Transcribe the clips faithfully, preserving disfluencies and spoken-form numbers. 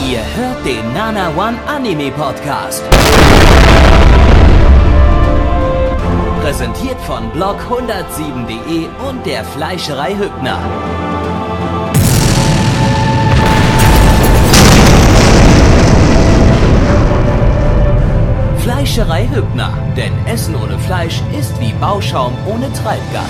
Ihr hört den Nana One Anime Podcast. Präsentiert von blog hundertsieben punkt de und der Fleischerei Hübner. Fleischerei Hübner, denn Essen ohne Fleisch ist wie Bauschaum ohne Treibgas.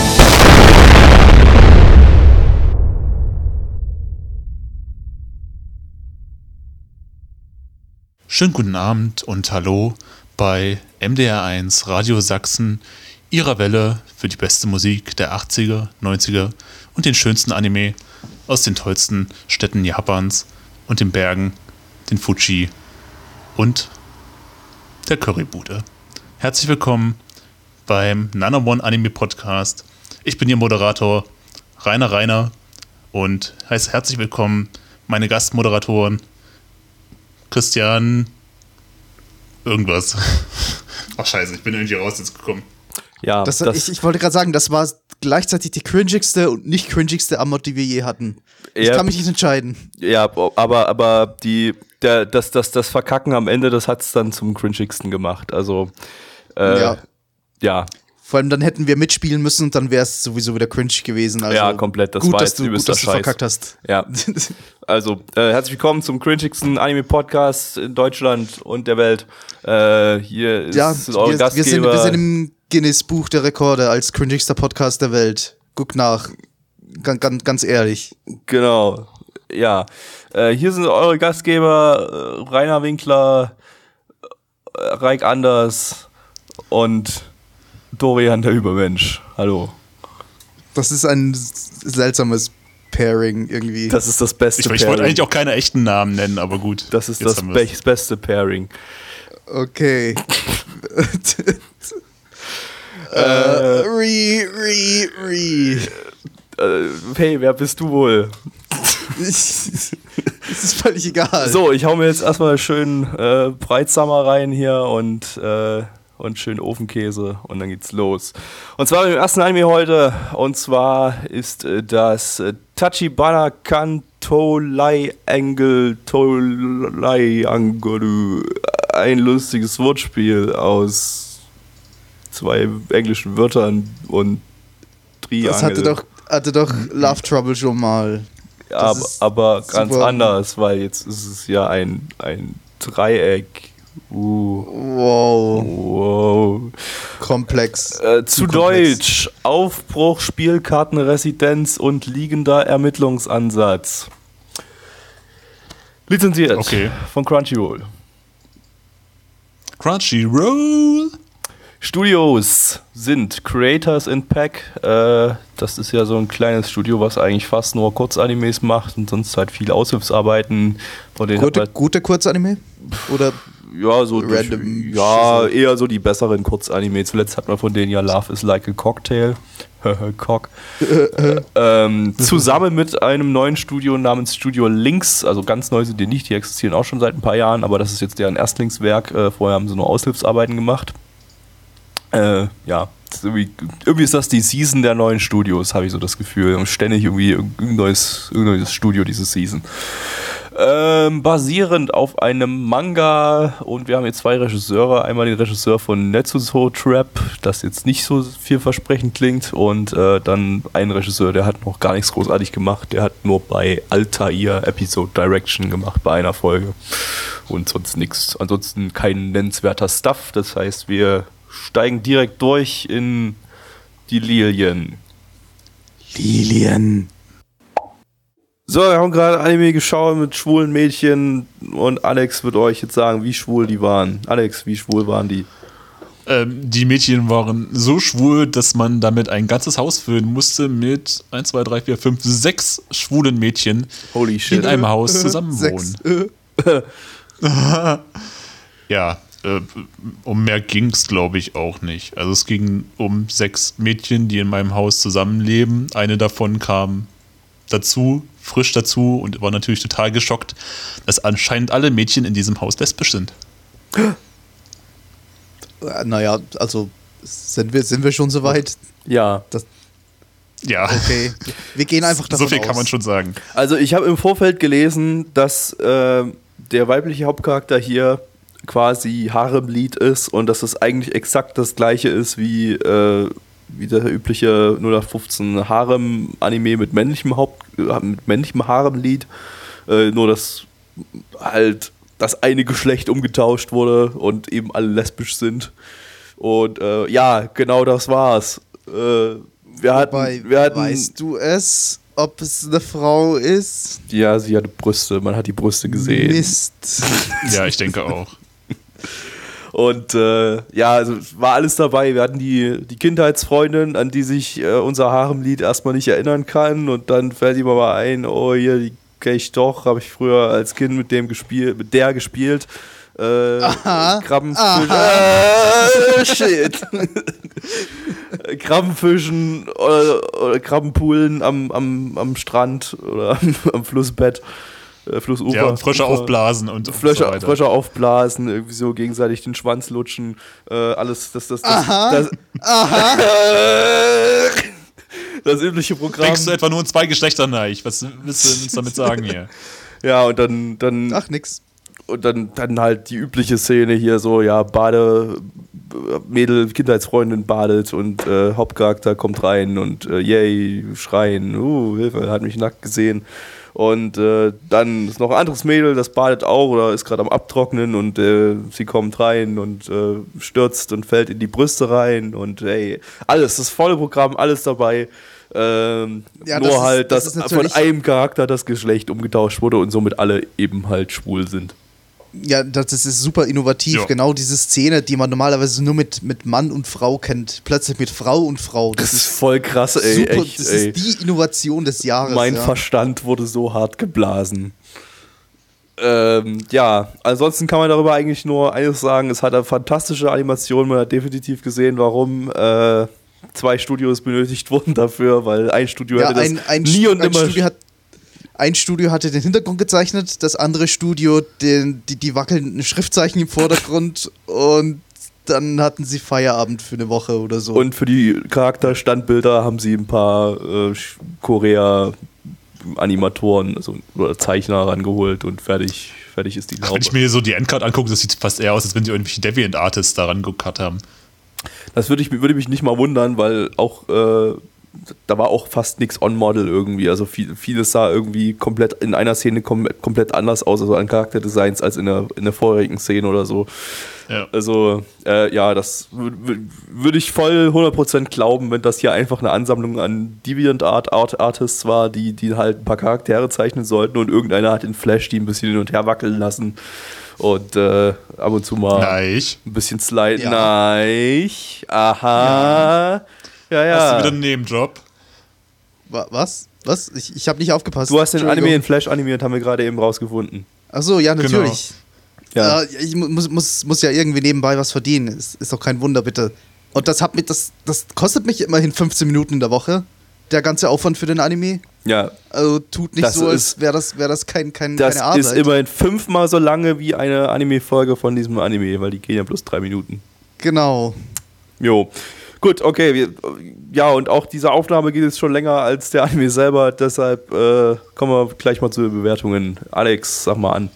Schönen guten Abend und hallo bei M D R eins Radio Sachsen, Ihrer Welle für die beste Musik der achtziger, neunziger und den schönsten Anime aus den tollsten Städten Japans und den Bergen, den Fuji und der Currybude. Herzlich willkommen beim Nana One Anime Podcast. Ich bin Ihr Moderator Rainer Rainer und heiße herzlich willkommen meine Gastmoderatoren Christian irgendwas. Ach scheiße, ich bin irgendwie raus jetzt gekommen. Ja, das, das ich, ich wollte gerade sagen, das war gleichzeitig die cringigste und nicht cringigste Amok, die wir je hatten. Ich ja, kann mich nicht entscheiden. Ja, aber, aber die, der, das, das, das Verkacken am Ende, das hat es dann zum cringigsten gemacht. Also, äh, ja. ja. Vor allem dann hätten wir mitspielen müssen und dann wäre es sowieso wieder cringe gewesen. Also ja, komplett. Das gut, war dass jetzt du, gut, dass du verkackt hast. Ja. Also, äh, herzlich willkommen zum cringigsten Anime-Podcast in Deutschland und der Welt. Äh, hier ist ja, eure wir, Gastgeber. Wir sind, wir sind im Guinness-Buch der Rekorde als cringigster Podcast der Welt. Guck nach. Ganz, ganz, ganz ehrlich. Genau. Ja. Äh, hier sind eure Gastgeber äh, Rainer Winkler, äh, Reik Anders und Dorian der Übermensch. Hallo. Das ist ein seltsames Pairing irgendwie. Das ist das beste ich, Pairing. Ich wollte eigentlich auch keine echten Namen nennen, aber gut. Das ist das be- beste Pairing. Okay. äh, re, re, re. Äh, hey, wer bist du wohl? Es ist völlig egal. So, ich hau mir jetzt erstmal schön äh, Breitsammer rein hier und äh, und schön Ofenkäse und dann geht's los. Und zwar mit dem ersten Anime heute, und zwar ist äh, das äh, Tachibana Kantolai Angle Tolai Angle, ein lustiges Wortspiel aus zwei englischen Wörtern und Triangel. Das hatte doch, hatte doch Love Trouble schon mal. Aber, aber ganz super anders, weil jetzt ist es ja ein, ein Dreieck. Uh. Wow. Wow. Komplex. Äh, zu, zu komplex. Deutsch: Aufbruch, Spielkartenresidenz und liegender Ermittlungsansatz. Lizenziert okay. von Crunchyroll. Crunchyroll. Studios sind Creators Impact. Äh, das ist ja so ein kleines Studio, was eigentlich fast nur Kurzanimes macht und sonst halt viele Aushilfsarbeiten. Von denen Gute, halt gute Kurzanime? Oder ja, so random durch, ja, Schüssel. eher so die besseren Kurzanime. Zuletzt hat man von denen ja Love is Like a Cocktail. Cock. ähm, zusammen mit einem neuen Studio namens Studio Links. Also ganz neu sind die nicht, die existieren auch schon seit ein paar Jahren, aber das ist jetzt deren Erstlingswerk. Äh, vorher haben sie nur Aushilfsarbeiten gemacht. Äh, ja, irgendwie, irgendwie ist das die Season der neuen Studios, habe ich so das Gefühl. Und ständig irgendwie irgendein neues, irgendein neues Studio diese Season. Ähm, basierend auf einem Manga, und wir haben jetzt zwei Regisseure. Einmal den Regisseur von Netsuzo Trap, das jetzt nicht so vielversprechend klingt, und äh, dann einen Regisseur, der hat noch gar nichts großartig gemacht. Der hat nur bei Altair Episode Direction gemacht bei einer Folge. Und sonst nichts. Ansonsten kein nennenswerter Stuff. Das heißt, wir steigen direkt durch in die Lilien. Lilien. So, wir haben gerade Anime geschaut mit schwulen Mädchen und Alex wird euch jetzt sagen, wie schwul die waren. Alex, wie schwul waren die? Ähm, die Mädchen waren so schwul, dass man damit ein ganzes Haus füllen musste mit eins, zwei, drei, vier, fünf, sechs schwulen Mädchen, Holy shit. die in einem Haus zusammen Sechs. wohnen. Ja, äh, um mehr ging es, glaube ich, auch nicht. Also es ging um sechs Mädchen, die in meinem Haus zusammenleben. Eine davon kam dazu, frisch dazu, und war natürlich total geschockt, dass anscheinend alle Mädchen in diesem Haus lesbisch sind. Naja, also sind wir, sind wir schon so weit? Ja. Das, Ja. Okay. Wir gehen einfach davon So viel aus. kann man schon sagen. Also ich habe im Vorfeld gelesen, dass äh, der weibliche Hauptcharakter hier quasi Harem-Lied ist und dass es eigentlich exakt das gleiche ist wie, äh, wie der übliche null acht fünfzehn Harem-Anime mit männlichem Haupt, äh, mit männlichem Harem-Lied. Äh, nur dass halt das eine Geschlecht umgetauscht wurde und eben alle lesbisch sind. Und äh, ja, genau das war's. Äh, wir hatten, Wobei, wir hatten, weißt du es, ob es eine Frau ist? Ja, sie hatte Brüste, man hat die Brüste gesehen. Mist. Ja, ich denke auch. Und äh, ja, also war alles dabei. Wir hatten die, die Kindheitsfreundin, an die sich äh, unser Haremlied erstmal nicht erinnern kann. Und dann fällt ihm aber ein, oh hier, die kenne ich doch, habe ich früher als Kind mit dem gespielt, mit der gespielt. Äh, Aha. Krabbenfisch. Aha. Äh, shit. Krabbenfischen oder, oder Krabbenpoolen am, am, am Strand oder am, am Flussbett. Äh, Flussufer. Ja, und Frösche Ufer. aufblasen und Frösche, so weiter. Frösche aufblasen, irgendwie so gegenseitig den Schwanz lutschen, äh, alles, das, das, das, Aha. das, Aha. das übliche Programm. Denkst du etwa nur in zwei Geschlechtern neich? Was willst du uns damit sagen hier? Ja, und dann, dann, Ach, nix. und dann, dann halt die übliche Szene hier so, ja, Bade, Mädel, Kindheitsfreundin badet und äh, Hauptcharakter kommt rein und äh, yay, schreien, uh, Hilfe, hat mich nackt gesehen. Und äh, dann ist noch ein anderes Mädel, das badet auch oder ist gerade am Abtrocknen und äh, sie kommt rein und äh, stürzt und fällt in die Brüste rein und ey, alles, das volle Programm, alles dabei. Ähm, Ja, nur das ist- halt, das dass ist von natürlich- einem Charakter das Geschlecht umgetauscht wurde und somit alle eben halt schwul sind. Ja, das ist super innovativ. Ja. Genau diese Szene, die man normalerweise nur mit, mit Mann und Frau kennt. Plötzlich mit Frau und Frau. Das, Das ist voll krass, ey. super. Echt, das ey. ist die Innovation des Jahres. Mein ja. Verstand wurde so hart geblasen. Ähm, ja, ansonsten kann man darüber eigentlich nur eines sagen, es hat eine fantastische Animation, man hat definitiv gesehen, warum äh, zwei Studios benötigt wurden dafür, weil ein Studio Ja, hätte das ein, ein, nie und ein immer... Studio hat Ein Studio hatte den Hintergrund gezeichnet, das andere Studio den, die, die wackelnden Schriftzeichen im Vordergrund und dann hatten sie Feierabend für eine Woche oder so. Und für die Charakterstandbilder haben sie ein paar äh, Korea-Animatoren also, oder Zeichner rangeholt und fertig, fertig ist die Ach, Laube. wenn ich mir so die Endcard angucke, das sieht fast eher aus, als wenn die irgendwelche Deviant-Artists daran gekarrt haben. Das würde, ich, würde mich nicht mal wundern, weil auch äh, da war auch fast nichts on-Model irgendwie. Also viel, vieles sah irgendwie komplett in einer Szene kom komplett anders aus, also an Charakterdesigns als in der, in der vorherigen Szene oder so. Ja. Also, äh, ja, das würde ich voll hundert Prozent glauben, wenn das hier einfach eine Ansammlung an Deviant-Art Art Artists war, die, die halt ein paar Charaktere zeichnen sollten und irgendeiner hat in Flash die ein bisschen hin und her wackeln lassen und äh, ab und zu mal Neich. ein bisschen sliden. Ja. Nein. Aha. Ja, ja. Hast du wieder einen Nebenjob? Wa- Was? Was? Ich, ich habe nicht aufgepasst. Du hast den Anime Entschuldigung. in Flash animiert, haben wir gerade eben rausgefunden. Ach so, ja, natürlich. Ja. Äh, ich mu- muss, muss, muss ja irgendwie nebenbei was verdienen. Ist, ist doch kein Wunder, bitte. Und das, hat mit, das, das kostet mich immerhin fünfzehn Minuten in der Woche. Der ganze Aufwand für den Anime. Ja. Also tut nicht Das so, als ist- wäre das, wär das kein, kein, Das keine Arbeit. ist immerhin fünfmal so lange wie eine Anime-Folge von diesem Anime, weil die gehen ja bloß drei Minuten. Genau. Jo. Gut, okay. Wir, ja, und auch diese Aufnahme geht jetzt schon länger als der Anime selber, deshalb äh, kommen wir gleich mal zu den Bewertungen. Alex, sag mal an.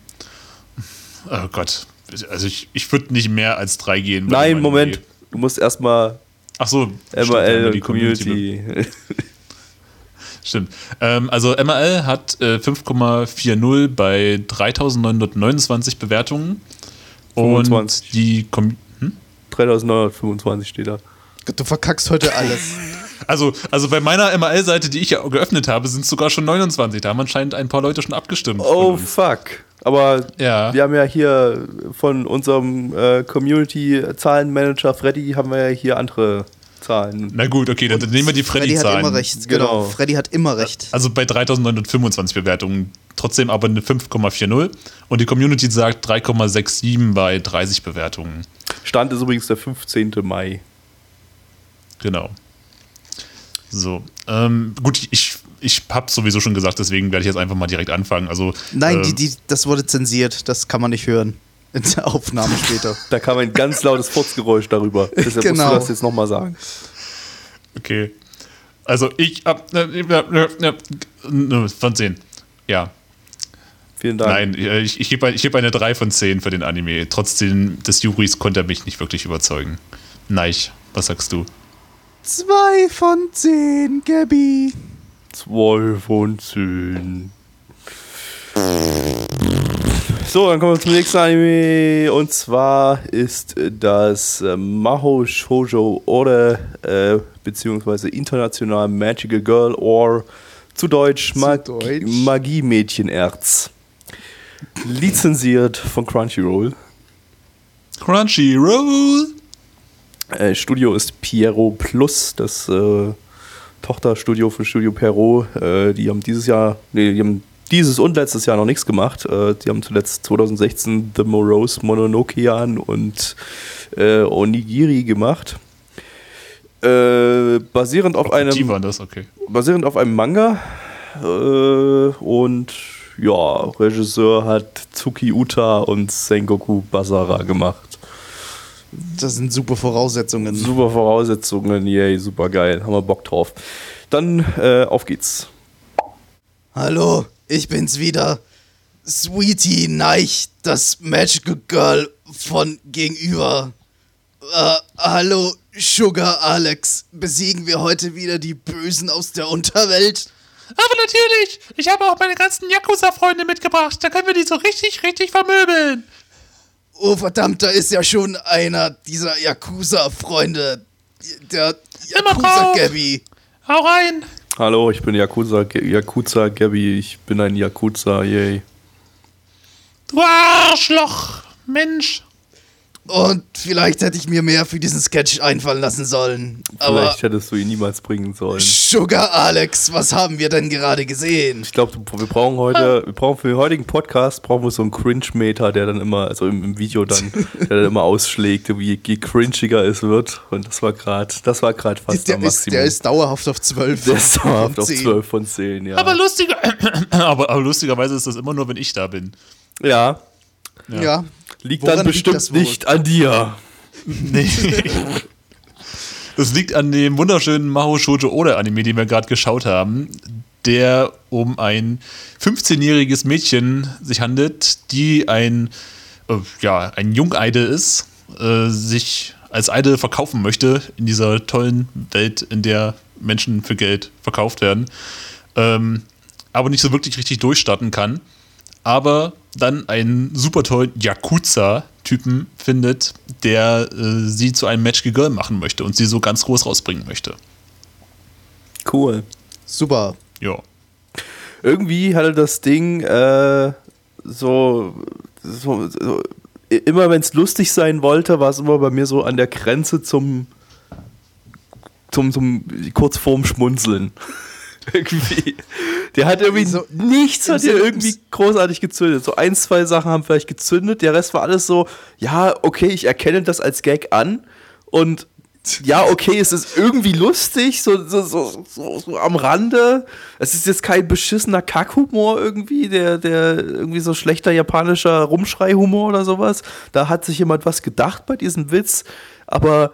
Oh Gott. Also ich, ich würde nicht mehr als drei gehen. bei Nein, dem Moment. Anime. Du musst erstmal Ach so. M R L stimmt, und Community. Stimmt. Ähm, also M R L hat äh, fünf Komma vierzig bei dreitausendneunhundertneunundzwanzig Bewertungen. fünfundzwanzig. Und die Com hm? dreitausendneunhundertfünfundzwanzig steht da. Du verkackst heute alles. Also, also bei meiner M R L-Seite, die ich ja geöffnet habe, sind es sogar schon neunundzwanzig. Da haben anscheinend ein paar Leute schon abgestimmt. von Oh, uns. fuck. Aber Ja. wir haben ja hier von unserem äh, Community-Zahlenmanager Freddy haben wir ja hier andere Zahlen. Na gut, okay, dann, dann nehmen wir die Freddy hat Freddy-Zahlen. immer recht. Genau. Genau. Freddy hat immer recht. Also bei dreitausendneunhundertfünfundzwanzig Bewertungen, trotzdem aber eine fünf Komma vierzig. Und die Community sagt drei Komma siebenundsechzig bei dreißig Bewertungen. Stand ist übrigens der fünfzehnten Mai. Genau. So, ähm, gut, ich, ich habe sowieso schon gesagt, deswegen werde ich jetzt einfach mal direkt anfangen. Also, Nein, äh, die, die, das wurde zensiert. Das kann man nicht hören. In der Aufnahme später. Da kam ein ganz lautes Furzgeräusch darüber. Deshalb musst Genau. du das jetzt nochmal sagen. Okay. Also ich ab äh, äh, äh, von zehn. Ja. Vielen Dank. Nein, ich, ich gebe ich geb eine drei von zehn für den Anime. Trotzdem des Juris konnte er mich nicht wirklich überzeugen. Neich, was sagst du? Zwei von zehn, Gabby. Zwei von zehn. So, dann kommen wir zum nächsten Anime. Und zwar ist das äh, Mahou Shoujo Ore, äh, beziehungsweise international Magical Girl or zu Deutsch, Zu Mag Deutsch. Magie-Mädchenerz. Lizenziert von Crunchyroll. Crunchyroll! Äh, Studio ist Pierrot Plus, das äh, Tochterstudio von Studio Pierrot. Äh, die haben dieses Jahr, nee, die haben dieses und letztes Jahr noch nichts gemacht. Äh, die haben zuletzt zwanzig sechzehn The Morose Mononokean und äh, Onigiri gemacht. Äh, basierend auf einem Die waren das, okay. basierend auf einem Manga. Äh, und ja, Regisseur hat Tsuki Uta und Sengoku Basara gemacht. Das sind super Voraussetzungen. Super Voraussetzungen, yay, super geil, haben wir Bock drauf. Dann äh, auf geht's. Hallo, ich bin's wieder. Sweetie Neich, das Magical Girl von gegenüber. Äh, hallo, Sugar Alex. Besiegen wir heute wieder die Bösen aus der Unterwelt? Aber natürlich! Ich habe auch meine ganzen Yakuza-Freunde mitgebracht. Da können wir die so richtig, richtig vermöbeln. Oh verdammt, da ist ja schon einer dieser Yakuza-Freunde. Der Immer drauf. Yakuza-Gabby. Hau rein! Hallo, ich bin Yakuza, Yakuza Gabby, ich bin ein Yakuza, yay. Du Arschloch! Mensch! Und vielleicht hätte ich mir mehr für diesen Sketch einfallen lassen sollen. Aber Vielleicht hättest du ihn niemals bringen sollen. Sugar Alex, was haben wir denn gerade gesehen? Ich glaube, wir brauchen heute, wir brauchen für den heutigen Podcast brauchen wir so einen Cringe-Meter, der dann immer, also im, im Video dann, der dann immer ausschlägt, wie, je cringiger es wird. Und das war gerade, das war gerade fast der, am ist, Maximum. der ist dauerhaft auf zwölf. Der ist dauerhaft von auf zehn. zwölf von zehn, ja. Aber lustiger. aber, aber lustigerweise ist das immer nur, wenn ich da bin. ja, Ja. liegt Woran dann liegt bestimmt das wohl? nicht an dir. Nee. Das liegt an dem wunderschönen Mahou Shoujo Ore Anime, den wir gerade geschaut haben, der um ein fünfzehnjähriges Mädchen sich handelt, die ein, äh, ja, ein Jungeidel ist, äh, sich als Idol verkaufen möchte in dieser tollen Welt, in der Menschen für Geld verkauft werden, ähm, aber nicht so wirklich richtig durchstarten kann, aber dann einen super tollen Yakuza-Typen findet, der äh, sie zu einem Magical Girl machen möchte und sie so ganz groß rausbringen möchte. Cool. Super. Ja. Irgendwie hatte das Ding äh, so, so, so immer wenn es lustig sein wollte, war es immer bei mir so an der Grenze zum zum, zum kurz vorm Schmunzeln. Irgendwie. Der hat irgendwie So, nichts hat im dir Sinne- irgendwie großartig gezündet. So ein, zwei Sachen haben vielleicht gezündet, der Rest war alles so, ja, okay, ich erkenne das als Gag an und ja, okay, es ist irgendwie lustig, so, so, so, so, so am Rande. Es ist jetzt kein beschissener Kackhumor irgendwie, der, der irgendwie so schlechter japanischer Rumschrei-Humor oder sowas. Da hat sich jemand was gedacht bei diesem Witz, aber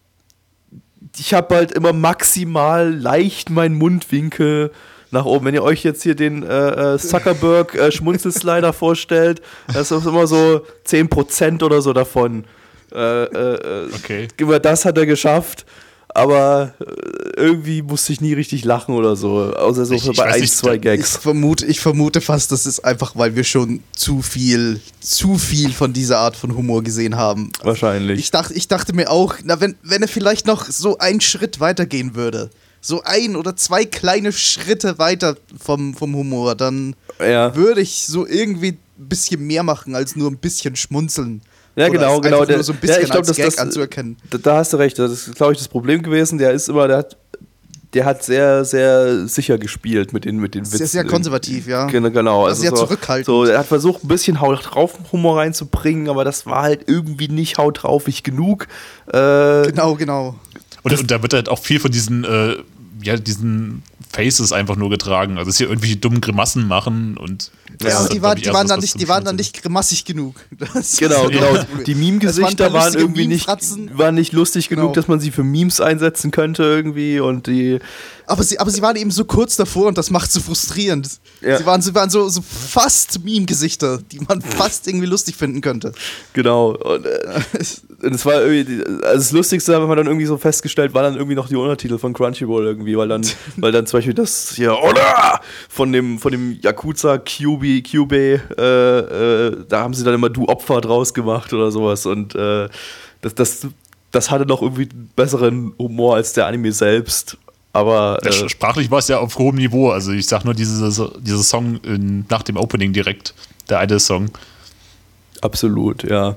ich habe halt immer maximal leicht meinen Mundwinkel nach oben. Wenn ihr euch jetzt hier den äh, Zuckerberg äh, Schmunzelslider vorstellt, das ist immer so zehn Prozent oder so davon. Äh, äh, Okay. Über das hat er geschafft, aber äh, irgendwie musste ich nie richtig lachen oder so. Außer so Ich- ich bei weiß ein, nicht, zwei Ich Gags. vermute, ich vermute fast, das ist einfach, weil wir schon zu viel, zu viel von dieser Art von Humor gesehen haben. Wahrscheinlich. Ich dachte, ich dachte mir auch, na, wenn, wenn er vielleicht noch so einen Schritt weitergehen würde, so ein oder zwei kleine Schritte weiter vom, vom Humor, dann ja. würde ich so irgendwie ein bisschen mehr machen, als nur ein bisschen schmunzeln. Ja, Oder genau, es genau. einfach Der, nur so ein bisschen ja, ich glaub, als das, Gag das, anzuerkennen. Da, da hast du recht. Das ist, glaube ich, das Problem gewesen. Der ist immer, der hat, der hat sehr, sehr sicher gespielt mit den, mit den Witzen. Sehr, sehr konservativ, ja. Genau, genau. Also sehr so, zurückhaltend. So, er hat versucht, ein bisschen Haut drauf Humor reinzubringen, aber das war halt irgendwie nicht haut draufig genug. Äh, Genau, genau. Und, und da wird halt auch viel von diesen, äh, ja, diesen Faces einfach nur getragen. Also, dass sie irgendwelche dummen Grimassen machen und Das Ja, ist, aber die, glaub war, ich, die, erst waren was, dann was nicht, zum die waren dann Schluss nicht grimassig genug. Das Genau, ist genau. das Problem. Die Meme-Gesichter Es waren waren irgendwie nicht, Meme-Fratzen. waren nicht lustig genug, Genau. dass man sie für Memes einsetzen könnte irgendwie und die. Aber sie, aber sie waren eben so kurz davor und das macht so frustrierend. Ja. Sie waren, sie waren so, so fast Meme-Gesichter, die man fast irgendwie lustig finden könnte. Genau. Und, äh, und es war irgendwie, also das Lustigste haben wir dann irgendwie so festgestellt, war dann irgendwie noch die Untertitel von Crunchyroll irgendwie, weil dann, weil dann zum Beispiel das hier, oder von dem, von dem Yakuza Kyubi, Kyubey, äh, äh, da haben sie dann immer Du Opfer draus gemacht oder sowas und äh, das, das, das hatte noch irgendwie einen besseren Humor als der Anime selbst. Aber Ja, äh, sprachlich war es ja auf hohem Niveau. Also ich sag nur diese, diese Song in, nach dem Opening direkt, der eine Song. absolut, ja.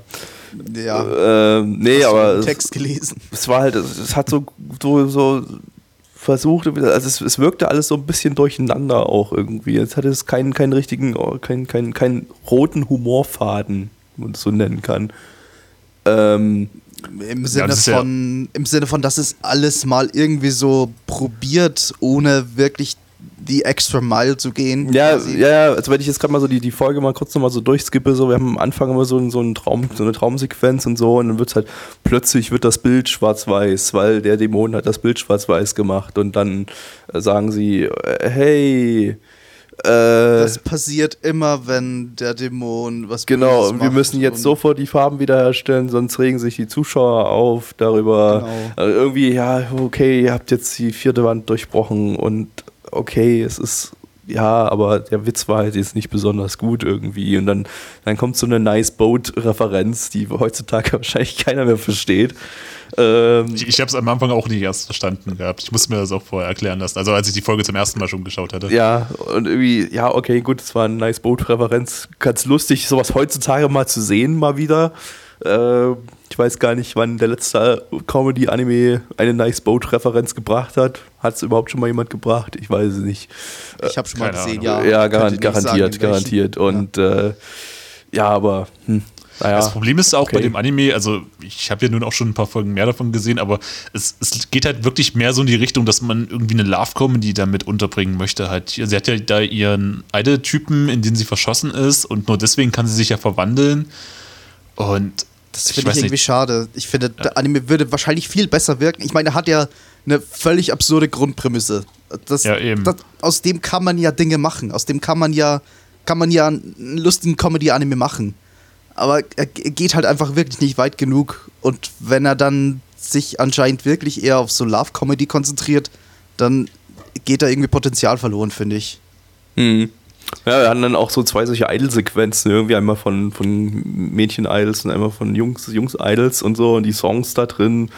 Ja, Ähm, nee, hast du aber den es, Text gelesen. es war halt, es, es hat so, so, so versucht, also es, es wirkte alles so ein bisschen durcheinander auch irgendwie. Es hatte es keinen, keinen richtigen, keinen, keinen, keinen roten Humorfaden, wenn man es so nennen kann. Ähm, Im Sinne, das ist ja- von, Im Sinne von, dass es alles mal irgendwie so probiert, ohne wirklich die extra Mile zu gehen. Ja, quasi. ja, ja, also wenn ich jetzt gerade mal so die, die Folge mal kurz nochmal so durchskippe, so, wir haben am Anfang immer so, so, einen Traum, so eine Traumsequenz und so und dann wird es halt, plötzlich wird das Bild schwarz-weiß, weil der Dämon hat das Bild schwarz-weiß gemacht und dann äh, sagen sie, äh, hey, äh, Das passiert immer, wenn der Dämon was genau, Böses und wir macht müssen jetzt und- sofort die Farben wiederherstellen, sonst regen sich die Zuschauer auf darüber. Genau. Also irgendwie, ja, okay, ihr habt jetzt die vierte Wand durchbrochen und okay, es ist, ja, aber der Witz war halt jetzt nicht besonders gut irgendwie. Und dann, dann kommt so eine Nice Boat-Referenz, die heutzutage wahrscheinlich keiner mehr versteht. Ähm, Ich, ich habe es am Anfang auch nicht erst verstanden gehabt. Ich musste mir das auch vorher erklären lassen. Also als ich die Folge zum ersten Mal schon geschaut hatte. Ja, und irgendwie, ja, okay, gut, es war eine Nice Boat-Referenz. Ganz lustig, sowas heutzutage mal zu sehen, mal wieder. Äh, ich weiß gar nicht, wann der letzte Comedy-Anime eine Nice Boat-Referenz gebracht hat. Hat es überhaupt schon mal jemand gebracht? Ich weiß es nicht. Ich habe schon mal Keine gesehen, Ahnung. ja. Ja, garan Könnte nicht sagen, garantiert, in welchen. garantiert. Und ja, äh, ja aber, hm, naja. Das Problem ist auch okay. bei dem Anime, also ich habe ja nun auch schon ein paar Folgen mehr davon gesehen, aber es, es geht halt wirklich mehr so in die Richtung, dass man irgendwie eine Love-Comedy damit unterbringen möchte. Halt. Sie hat ja da ihren Idol-Typen, in den sie verschossen ist und nur deswegen kann sie sich ja verwandeln. Und Das ich finde ich, weiß irgendwie nicht. schade. Ich finde, der Anime würde wahrscheinlich viel besser wirken. Ich meine, er hat ja eine völlig absurde Grundprämisse. Das, Ja, eben. Das, aus dem kann man ja Dinge machen. Aus dem kann man ja, kann man ja einen lustigen Comedy-Anime machen. Aber er g- geht halt einfach wirklich nicht weit genug. Und wenn er dann sich anscheinend wirklich eher auf so Love-Comedy konzentriert, dann geht da irgendwie Potenzial verloren, finde ich. Hm. Ja, wir hatten dann auch so zwei solche Idol-Sequenzen, irgendwie einmal von, von Mädchen-Idols und einmal von Jungs, Jungs-Idols und so und die Songs da drin.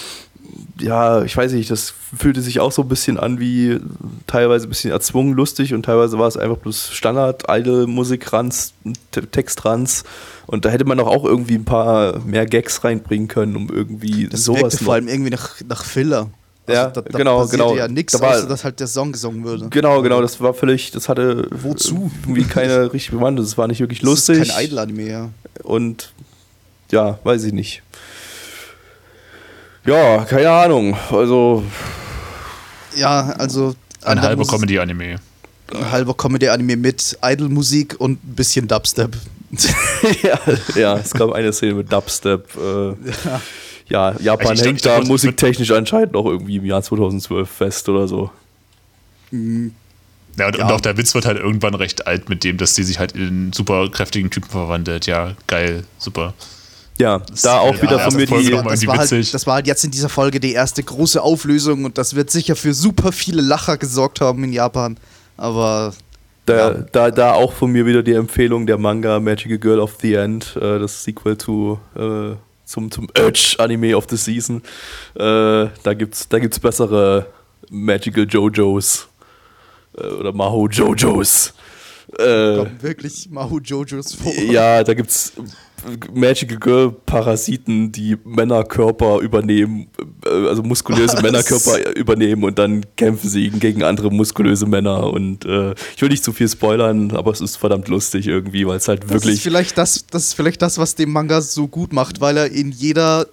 Ja, ich weiß nicht, das fühlte sich auch so ein bisschen an wie teilweise ein bisschen erzwungen lustig und teilweise war es einfach bloß Standard-Idol-Musik-Ranz, Te- Text-Ranz und da hätte man doch auch irgendwie ein paar mehr Gags reinbringen können, um irgendwie Das sowas wirkte noch- vor allem irgendwie nach, nach Filler. Also Ja, da, da genau, passierte genau. ja nichts, Da war- außer dass halt der Song gesungen würde. Genau, genau, das war völlig, das hatte Wozu? irgendwie keine richtige Bewandtnis, das war nicht wirklich Das lustig. ist kein Idol-Anime, ja. Und ja, weiß ich nicht. Ja, keine Ahnung. Also, Ja, also an Ein der halber Musik- Comedy-Anime. ein halber Comedy-Anime mit Idol-Musik und ein bisschen Dubstep. ja, ja, es gab eine Szene mit Dubstep. Äh, ja. Japan Ich- ich hängt glaub, da ich- musiktechnisch anscheinend noch irgendwie im Jahr zweitausendzwölf fest oder so. Ja, und, Ja. und auch der Witz wird halt irgendwann recht alt mit dem, dass sie sich halt in super kräftigen Typen verwandelt. Ja, geil, super. Ja, da auch ja, wieder erste von mir Folge die. noch mal das, irgendwie war halt, witzig. das war halt jetzt in dieser Folge die erste große Auflösung und das wird sicher für super viele Lacher gesorgt haben in Japan. Aber Da, Ja. da, da auch von mir wieder die Empfehlung der Manga Magical Girl of the End, äh, das Sequel to, äh, zum, zum Urge-Anime of the Season. Äh, da gibt's, da gibt's bessere Magical Jojos äh, oder Maho Jojos. Äh, kommen wirklich Mahu Jojos vor. ja, da gibt's Magical Girl Parasiten, die Männerkörper übernehmen, äh, also muskulöse Was? Männerkörper übernehmen und dann kämpfen sie gegen andere muskulöse Männer und äh, ich will nicht zu viel spoilern, aber es ist verdammt lustig irgendwie, weil es halt Das ist, wirklich vielleicht das, das ist vielleicht das, was den Manga so gut macht, weil er in jeder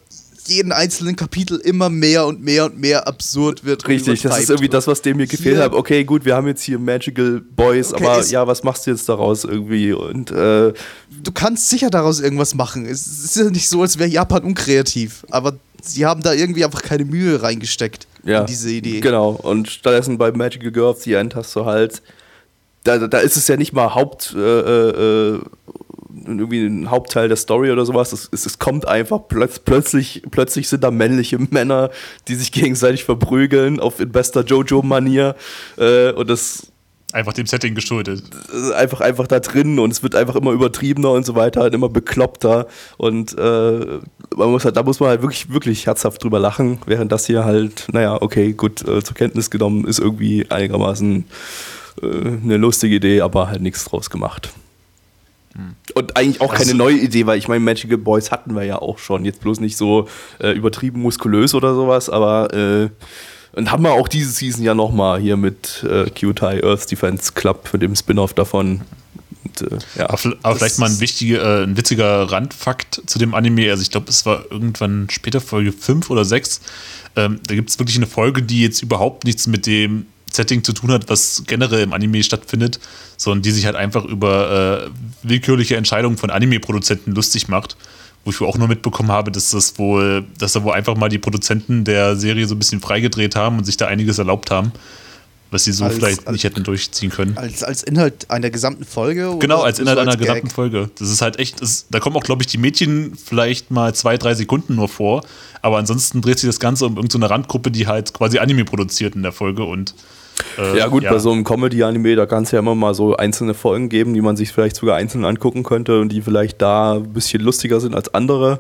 jeden einzelnen Kapitel immer mehr und mehr und mehr absurd wird. Richtig, das ist irgendwie das, was dem mir gefehlt hat. Okay, gut, wir haben jetzt hier Magical Boys, okay, aber ja, was machst du jetzt daraus irgendwie? Und äh, du kannst sicher daraus irgendwas machen. Es ist ja nicht so, als wäre Japan unkreativ, aber sie haben da irgendwie einfach keine Mühe reingesteckt ja, in diese Idee. Genau, und stattdessen bei Magical Girl of the End hast du halt, da, da ist es ja nicht mal Haupt, äh, äh, irgendwie ein Hauptteil der Story oder sowas. Es, es, es kommt einfach plötz, plötzlich, plötzlich sind da männliche Männer, die sich gegenseitig verprügeln auf in bester Jojo-Manier äh, und das einfach dem Setting geschuldet. Einfach, einfach da drin und es wird einfach immer übertriebener und so weiter, halt immer bekloppter und äh, man muss halt, da muss man halt wirklich, wirklich herzhaft drüber lachen, während das hier halt, naja, okay, gut, äh, zur Kenntnis genommen ist irgendwie einigermaßen äh, eine lustige Idee, aber halt nichts draus gemacht. Hm. Und eigentlich auch keine also, neue Idee, weil ich meine, Magical Boys hatten wir ja auch schon, jetzt bloß nicht so äh, übertrieben muskulös oder sowas, aber äh, und haben wir auch diese Season ja nochmal hier mit äh, Kyutai Earth Defense Club, mit dem Spin-Off davon. Und, äh, ja. Aber, aber vielleicht mal ein, wichtiger, äh, ein witziger Randfakt zu dem Anime. Also ich glaube, es war irgendwann später Folge fünf oder sechs. Ähm, da gibt es wirklich eine Folge, die jetzt überhaupt nichts mit dem Setting zu tun hat, was generell im Anime stattfindet, sondern die sich halt einfach über äh, willkürliche Entscheidungen von Anime-Produzenten lustig macht. Wo ich auch nur mitbekommen habe, dass das wohl, dass da wohl einfach mal die Produzenten der Serie so ein bisschen freigedreht haben und sich da einiges erlaubt haben, was sie so als, vielleicht als, nicht hätten durchziehen können. Als, als Inhalt einer gesamten Folge? Oder genau, als Inhalt so als einer Gag? gesamten Folge. Das ist halt echt, das, da kommen auch, glaube ich, die Mädchen vielleicht mal zwei, drei Sekunden nur vor, aber ansonsten dreht sich das Ganze um irgendeine Randgruppe, die halt quasi Anime produziert in der Folge und Äh, ja gut, ja. Bei so einem Comedy-Anime, da kann es ja immer mal so einzelne Folgen geben, die man sich vielleicht sogar einzeln angucken könnte und die vielleicht da ein bisschen lustiger sind als andere.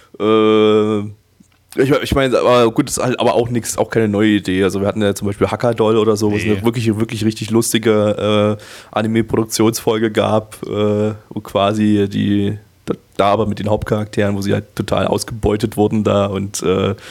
Äh, ich ich meine, aber gut, ist halt aber auch nichts, auch keine neue Idee. Also wir hatten ja zum Beispiel Hackerdoll oder so, wo nee. es eine wirklich, wirklich richtig lustige äh, Anime-Produktionsfolge gab, äh, wo quasi die, da aber mit den Hauptcharakteren, wo sie halt total ausgebeutet wurden da und äh, äh,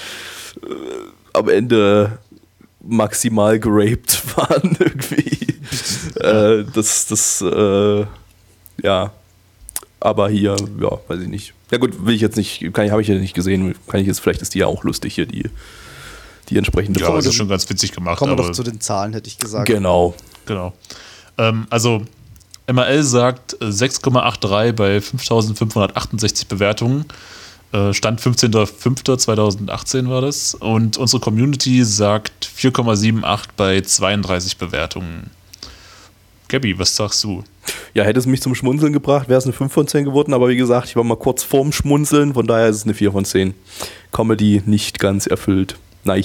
am Ende maximal geraped waren irgendwie. äh, das, das, äh, ja. Aber hier, ja, weiß ich nicht. Ja gut, will ich jetzt nicht, kann ich, habe ich ja nicht gesehen, kann ich jetzt, vielleicht ist die ja auch lustig hier, die, die entsprechende Ja, das ist schon ganz witzig gemacht. Kommen wir doch zu den Zahlen, hätte ich gesagt. Genau. Genau. Ähm, also, M R L sagt sechs Komma dreiundachtzig bei fünftausendfünfhundertachtundsechzig Bewertungen. Stand fünfzehnter fünfter zweitausendachtzehn war das. Und unsere Community sagt vier Komma achtundsiebzig bei zweiunddreißig Bewertungen. Gabby, was sagst du? Ja, hätte es mich zum Schmunzeln gebracht, wäre es eine fünf von zehn geworden. Aber wie gesagt, ich war mal kurz vorm Schmunzeln. Von daher ist es eine vier von zehn. Comedy nicht ganz erfüllt. Nein.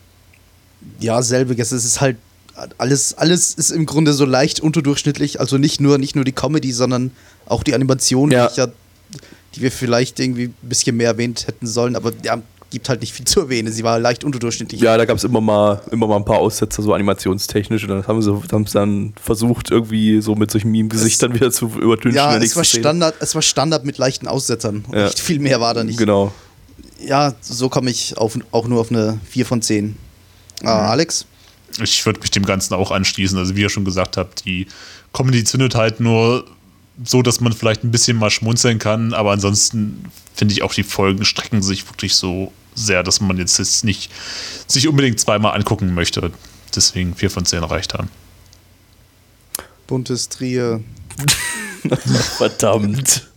Ja, selbiges. Es ist halt alles, alles ist im Grunde so leicht unterdurchschnittlich. Also nicht nur, nicht nur die Comedy, sondern auch die Animation, ja. die ich ja die wir vielleicht irgendwie ein bisschen mehr erwähnt hätten sollen, aber ja, gibt halt nicht viel zu erwähnen. Sie war leicht unterdurchschnittlich. Ja, da gab es immer mal, immer mal ein paar Aussetzer, so animationstechnisch. Und dann haben sie haben sie dann versucht, irgendwie so mit solchen Meme-Gesichtern wieder zu übertünchen. Ja, es war, Standard, es war Standard mit leichten Aussetzern. Ja. Nicht viel mehr war da nicht. Genau. Ja, so komme ich auf, auch nur auf eine vier von zehn. Mhm. Ah, Alex? Ich würde mich dem Ganzen auch anschließen. Also wie ihr schon gesagt habt, die Comedy zündet halt nur so, dass man vielleicht ein bisschen mal schmunzeln kann, aber ansonsten finde ich auch, die Folgen strecken sich wirklich so sehr, dass man jetzt, jetzt nicht sich unbedingt zweimal angucken möchte. Deswegen vier von zehn reicht haben. Buntes Trier. Verdammt.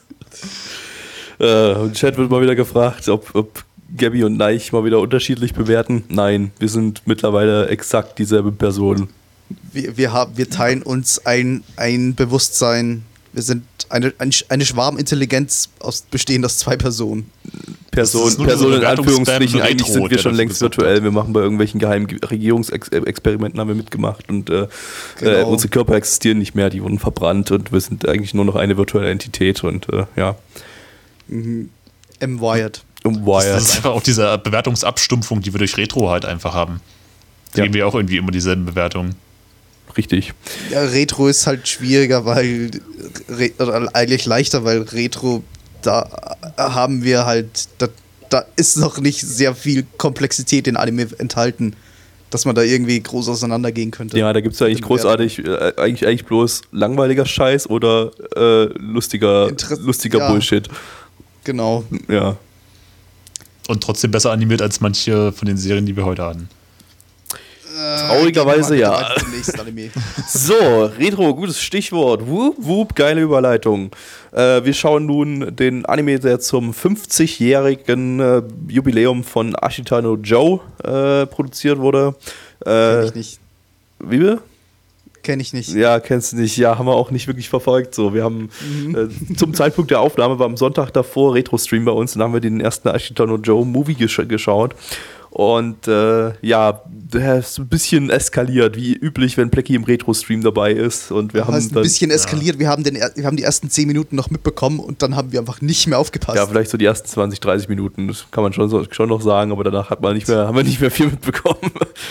äh, Im Chat wird mal wieder gefragt, ob, ob Gabby und Neich mal wieder unterschiedlich bewerten. Nein, wir sind mittlerweile exakt dieselbe Person. Wir, wir, haben, wir teilen uns ein, ein Bewusstsein. Wir sind eine, eine Schwarmintelligenz aus, bestehend aus zwei Personen. Person, Personen in Anführungsstrichen, eigentlich sind wir schon längst virtuell. Wir machen bei irgendwelchen geheimen Regierungsexperimenten haben wir mitgemacht und äh, genau. äh, unsere Körper existieren nicht mehr, die wurden verbrannt und wir sind eigentlich nur noch eine virtuelle Entität und äh, ja. Mhm. M-Wired. M-Wired. Das ist einfach auch diese Bewertungsabstumpfung, die wir durch Retro halt einfach haben. Da geben wir auch irgendwie immer dieselben Bewertungen. Richtig. Ja, Retro ist halt schwieriger, weil oder eigentlich leichter, weil Retro, da haben wir halt, da, da ist noch nicht sehr viel Komplexität in Anime enthalten, dass man da irgendwie groß auseinandergehen könnte. Ja, da gibt es ja eigentlich großartig, äh, eigentlich, eigentlich bloß langweiliger Scheiß oder äh, lustiger, Inter- lustiger ja, Bullshit. Genau. Ja. Und trotzdem besser animiert als manche von den Serien, die wir heute hatten. Traurigerweise Äh, ja. zum nächsten Anime. So, Retro, gutes Stichwort. Wup, wup, geile Überleitung. Äh, wir schauen nun den Anime, der zum fünfzigjährigen äh, Jubiläum von Ashita no Joe äh, produziert wurde. Äh, Kenn ich nicht. Wie wir? Kenn ich nicht. Ja, kennst du nicht. Ja, haben wir auch nicht wirklich verfolgt. So, wir haben Mhm. äh, zum Zeitpunkt der Aufnahme war am Sonntag davor Retro-Stream bei uns und da haben wir den ersten Ashita no Joe Movie gesch- geschaut. Und äh, ja, der ist ein bisschen eskaliert, wie üblich, wenn Plecky im Retro-Stream dabei ist. Und wir Du haben hast ein dann, bisschen eskaliert. Wir haben, den, wir haben die ersten zehn Minuten noch mitbekommen und dann haben wir einfach nicht mehr aufgepasst. ja, vielleicht so die ersten zwanzig, dreißig Minuten, das kann man schon, so, schon noch sagen, aber danach hat man nicht mehr, haben wir nicht mehr viel mitbekommen.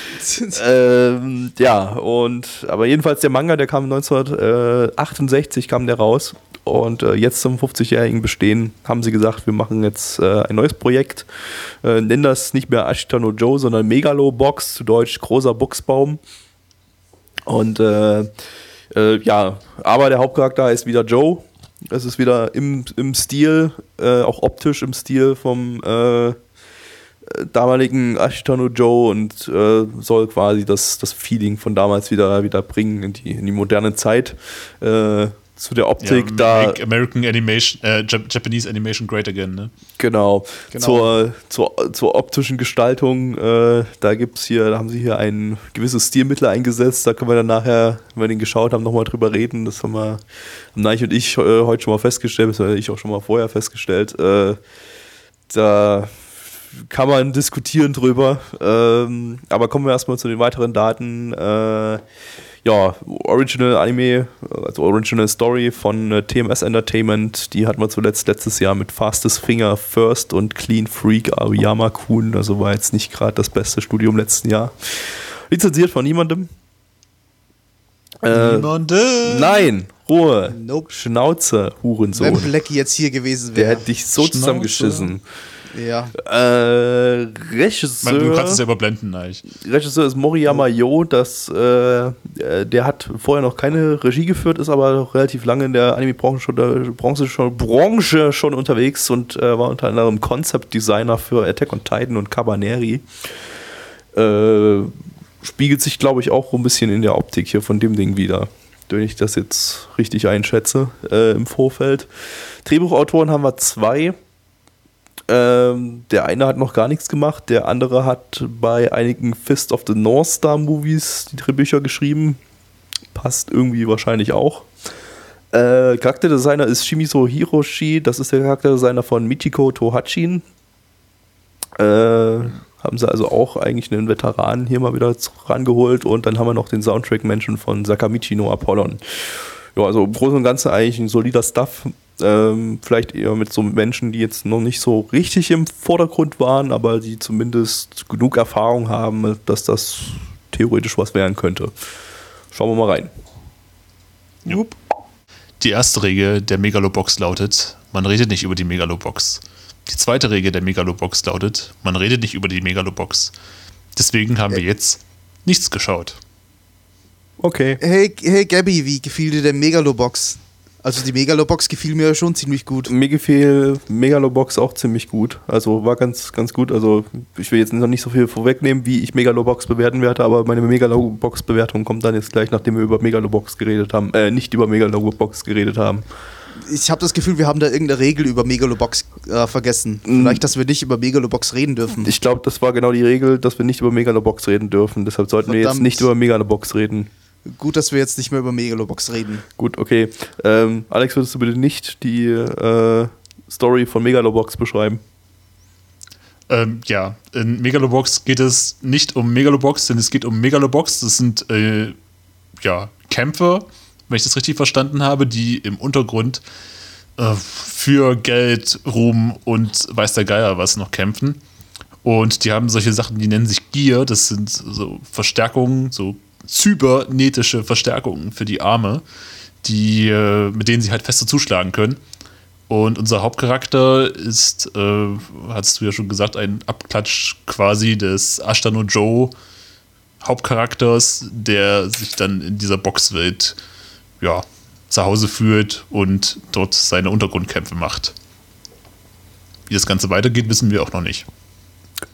ähm, ja, und aber jedenfalls der Manga, der kam neunzehnhundertachtundsechzig, kam der raus. Und äh, jetzt zum fünfzigjährigen Bestehen haben sie gesagt, wir machen jetzt äh, ein neues Projekt, äh, nennen das nicht mehr Ashita no Joe, sondern Megalobox, zu Deutsch großer Buchsbaum. Und äh, äh, ja, aber der Hauptcharakter heißt wieder Joe. Es ist wieder im, im Stil, äh, auch optisch im Stil vom äh, damaligen Ashita no Joe und äh, soll quasi das, das Feeling von damals wieder, wieder bringen in die, in die moderne Zeit. Äh, zu der Optik ja, da. Make American Animation, äh, Jap- Japanese Animation Great Again, ne? Genau. Genau. Zur, zur, zur optischen Gestaltung, äh, da gibt's hier, da haben sie hier ein gewisses Stilmittel eingesetzt. Da können wir dann nachher, wenn wir den geschaut haben, nochmal drüber reden. Das haben wir, haben Neich und ich äh, heute schon mal festgestellt, das habe ich auch schon mal vorher festgestellt. Äh, da kann man diskutieren drüber. Ähm, aber kommen wir erstmal zu den weiteren Daten. Äh, Ja, Original Anime, also Original Story von äh, T M S Entertainment, die hatten wir zuletzt letztes Jahr mit Fastest Finger First und Clean Freak Aoyama-kun, also war jetzt nicht gerade das beste Studio im letzten Jahr. Lizenziert von niemandem. Äh, Niemandem. nein, Ruhe, Nope. Schnauze, Wenn Hurensohn. Blackie jetzt hier gewesen Der wäre. hätte dich so Schnauze. zusammengeschissen. Ja. Äh, Man, du Regisseur. kannst es ja überblenden, eigentlich. Regisseur ist Moriyama Yo, das, äh, äh, der hat vorher noch keine Regie geführt, ist aber noch relativ lange in der Anime-Branche schon, der Branche schon, Branche schon unterwegs und äh, war unter anderem Concept-Designer für Attack on Titan und Cabaneri. Äh, spiegelt sich, glaube ich, auch ein bisschen in der Optik hier von dem Ding wieder, wenn ich das jetzt richtig einschätze äh, im Vorfeld. Drehbuchautoren haben wir zwei. Ähm, der eine hat noch gar nichts gemacht, der andere hat bei einigen Fist of the North Star Movies die Drehbücher geschrieben. Passt irgendwie wahrscheinlich auch. Äh, Charakterdesigner ist Shimizu Hiroshi, das ist der Charakterdesigner von Michiko Tohachin. Äh, haben sie also auch eigentlich einen Veteranen hier mal wieder rangeholt und dann haben wir noch den Soundtrack-Menschen von Sakamichi no Apollon. Ja, also im Großen und Ganzen eigentlich ein solider Stuff. Ähm, vielleicht eher mit so Menschen, die jetzt noch nicht so richtig im Vordergrund waren, aber die zumindest genug Erfahrung haben, dass das theoretisch was werden könnte. Schauen wir mal rein. Jupp. Die erste Regel der Megalobox lautet, man redet nicht über die Megalobox. Die zweite Regel der Megalobox lautet, man redet nicht über die Megalobox. Deswegen haben wir jetzt nichts geschaut. Okay. Hey, hey Gabby, wie gefiel dir der Megalobox? Also die Megalobox gefiel mir schon ziemlich gut. Mir gefiel Megalobox auch ziemlich gut. Also war ganz, ganz gut. Also ich will jetzt noch nicht so viel vorwegnehmen, wie ich Megalobox bewerten werde, aber meine Megalobox-Bewertung kommt dann jetzt gleich, nachdem wir über Megalobox geredet haben. Äh, nicht über Megalobox geredet haben. Ich habe das Gefühl, wir haben da irgendeine Regel über Megalobox äh, vergessen. Vielleicht, dass wir nicht über Megalobox reden dürfen. Ich glaube, das war genau die Regel, dass wir nicht über Megalobox reden dürfen. Deshalb sollten wir jetzt Verdammt. nicht über Megalobox reden. Gut, dass wir jetzt nicht mehr über Megalobox reden. Gut, okay. Ähm, Alex, würdest du bitte nicht die äh, Story von Megalobox beschreiben? Ähm, ja, in Megalobox geht es nicht um Megalobox, denn es geht um Megalobox. Das sind äh, ja, Kämpfe, wenn ich das richtig verstanden habe, die im Untergrund äh, für Geld, Ruhm und weiß der Geier was noch kämpfen. Und die haben solche Sachen, die nennen sich Gear. Das sind so Verstärkungen, so cybernetische Verstärkungen für die Arme, die, äh, mit denen sie halt fester zuschlagen können. Und unser Hauptcharakter ist, äh, hast du ja schon gesagt, ein Abklatsch quasi des Ashita no Joe Hauptcharakters, der sich dann in dieser Boxwelt ja, zu Hause fühlt und dort seine Untergrundkämpfe macht. Wie das Ganze weitergeht, wissen wir auch noch nicht.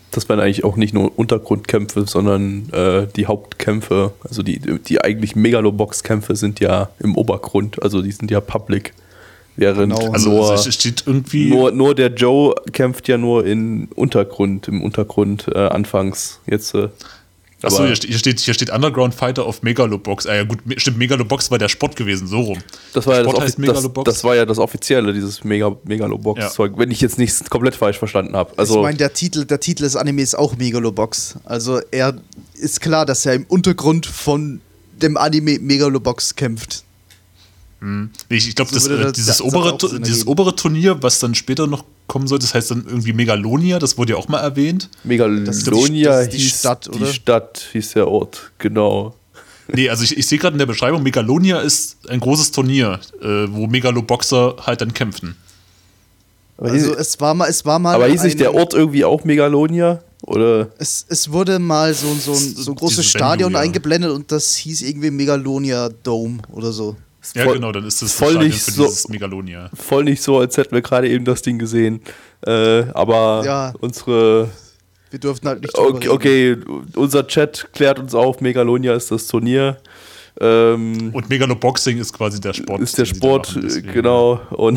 das waren eigentlich auch nicht nur Untergrundkämpfe, sondern äh, die Hauptkämpfe, also die, die eigentlich Megalobox-Kämpfe sind ja im Obergrund, also die sind ja public. Während Genau. Also nur, es steht irgendwie. nur, nur der Joe kämpft ja nur in Untergrund, im Untergrund äh, anfangs. Jetzt, äh, Achso, aber hier, ste- hier, steht, hier steht Underground Fighter of Megalobox. Ah ja gut, me- stimmt, Megalobox war der Sport gewesen, so rum. das war, ja das, Sport Offi- heißt das, Megalobox. das war ja das Offizielle, dieses Mega, Megalobox-Zeug, wenn ich jetzt nicht komplett falsch verstanden habe. Also, ich meine, der Titel, der Titel des Animes ist auch Megalobox. Also er ist klar, dass er im Untergrund von dem Anime Megalobox kämpft. Nee, ich ich glaube, So das, würde äh, das- dieses, das obere, auch Sinn dieses ergeben. obere Turnier, was dann später noch kommen sollte, das heißt dann irgendwie Megalonia, das wurde ja auch mal erwähnt. Megalonia Das ist die- das ist die hieß Stadt, oder? Die Stadt hieß der Ort, genau. Nee, also ich, ich sehe gerade in der Beschreibung, Megalonia ist ein großes Turnier, äh, wo Megaloboxer halt dann kämpfen. Aber Also hieß, es war mal, es war mal. aber hieß nicht ein- der Ort irgendwie auch Megalonia? Oder? Es, es wurde mal so, so, ein, so ein großes Dieses Stadion Venue, ja. eingeblendet und das hieß irgendwie Megalonia Dome oder so. Ja, Voll- genau, dann ist das voll Stadion nicht für so- dieses Megalonia. Voll nicht so, als hätten wir gerade eben das Ding gesehen. Äh, aber Ja. unsere. Wir durften halt nicht drüber Okay, reden. okay, unser Chat klärt uns auf, Megalonia ist das Turnier. Ähm, Und Megaloboxing ist quasi der Sport. ist der den sie da Sport, machen, deswegen. genau. Und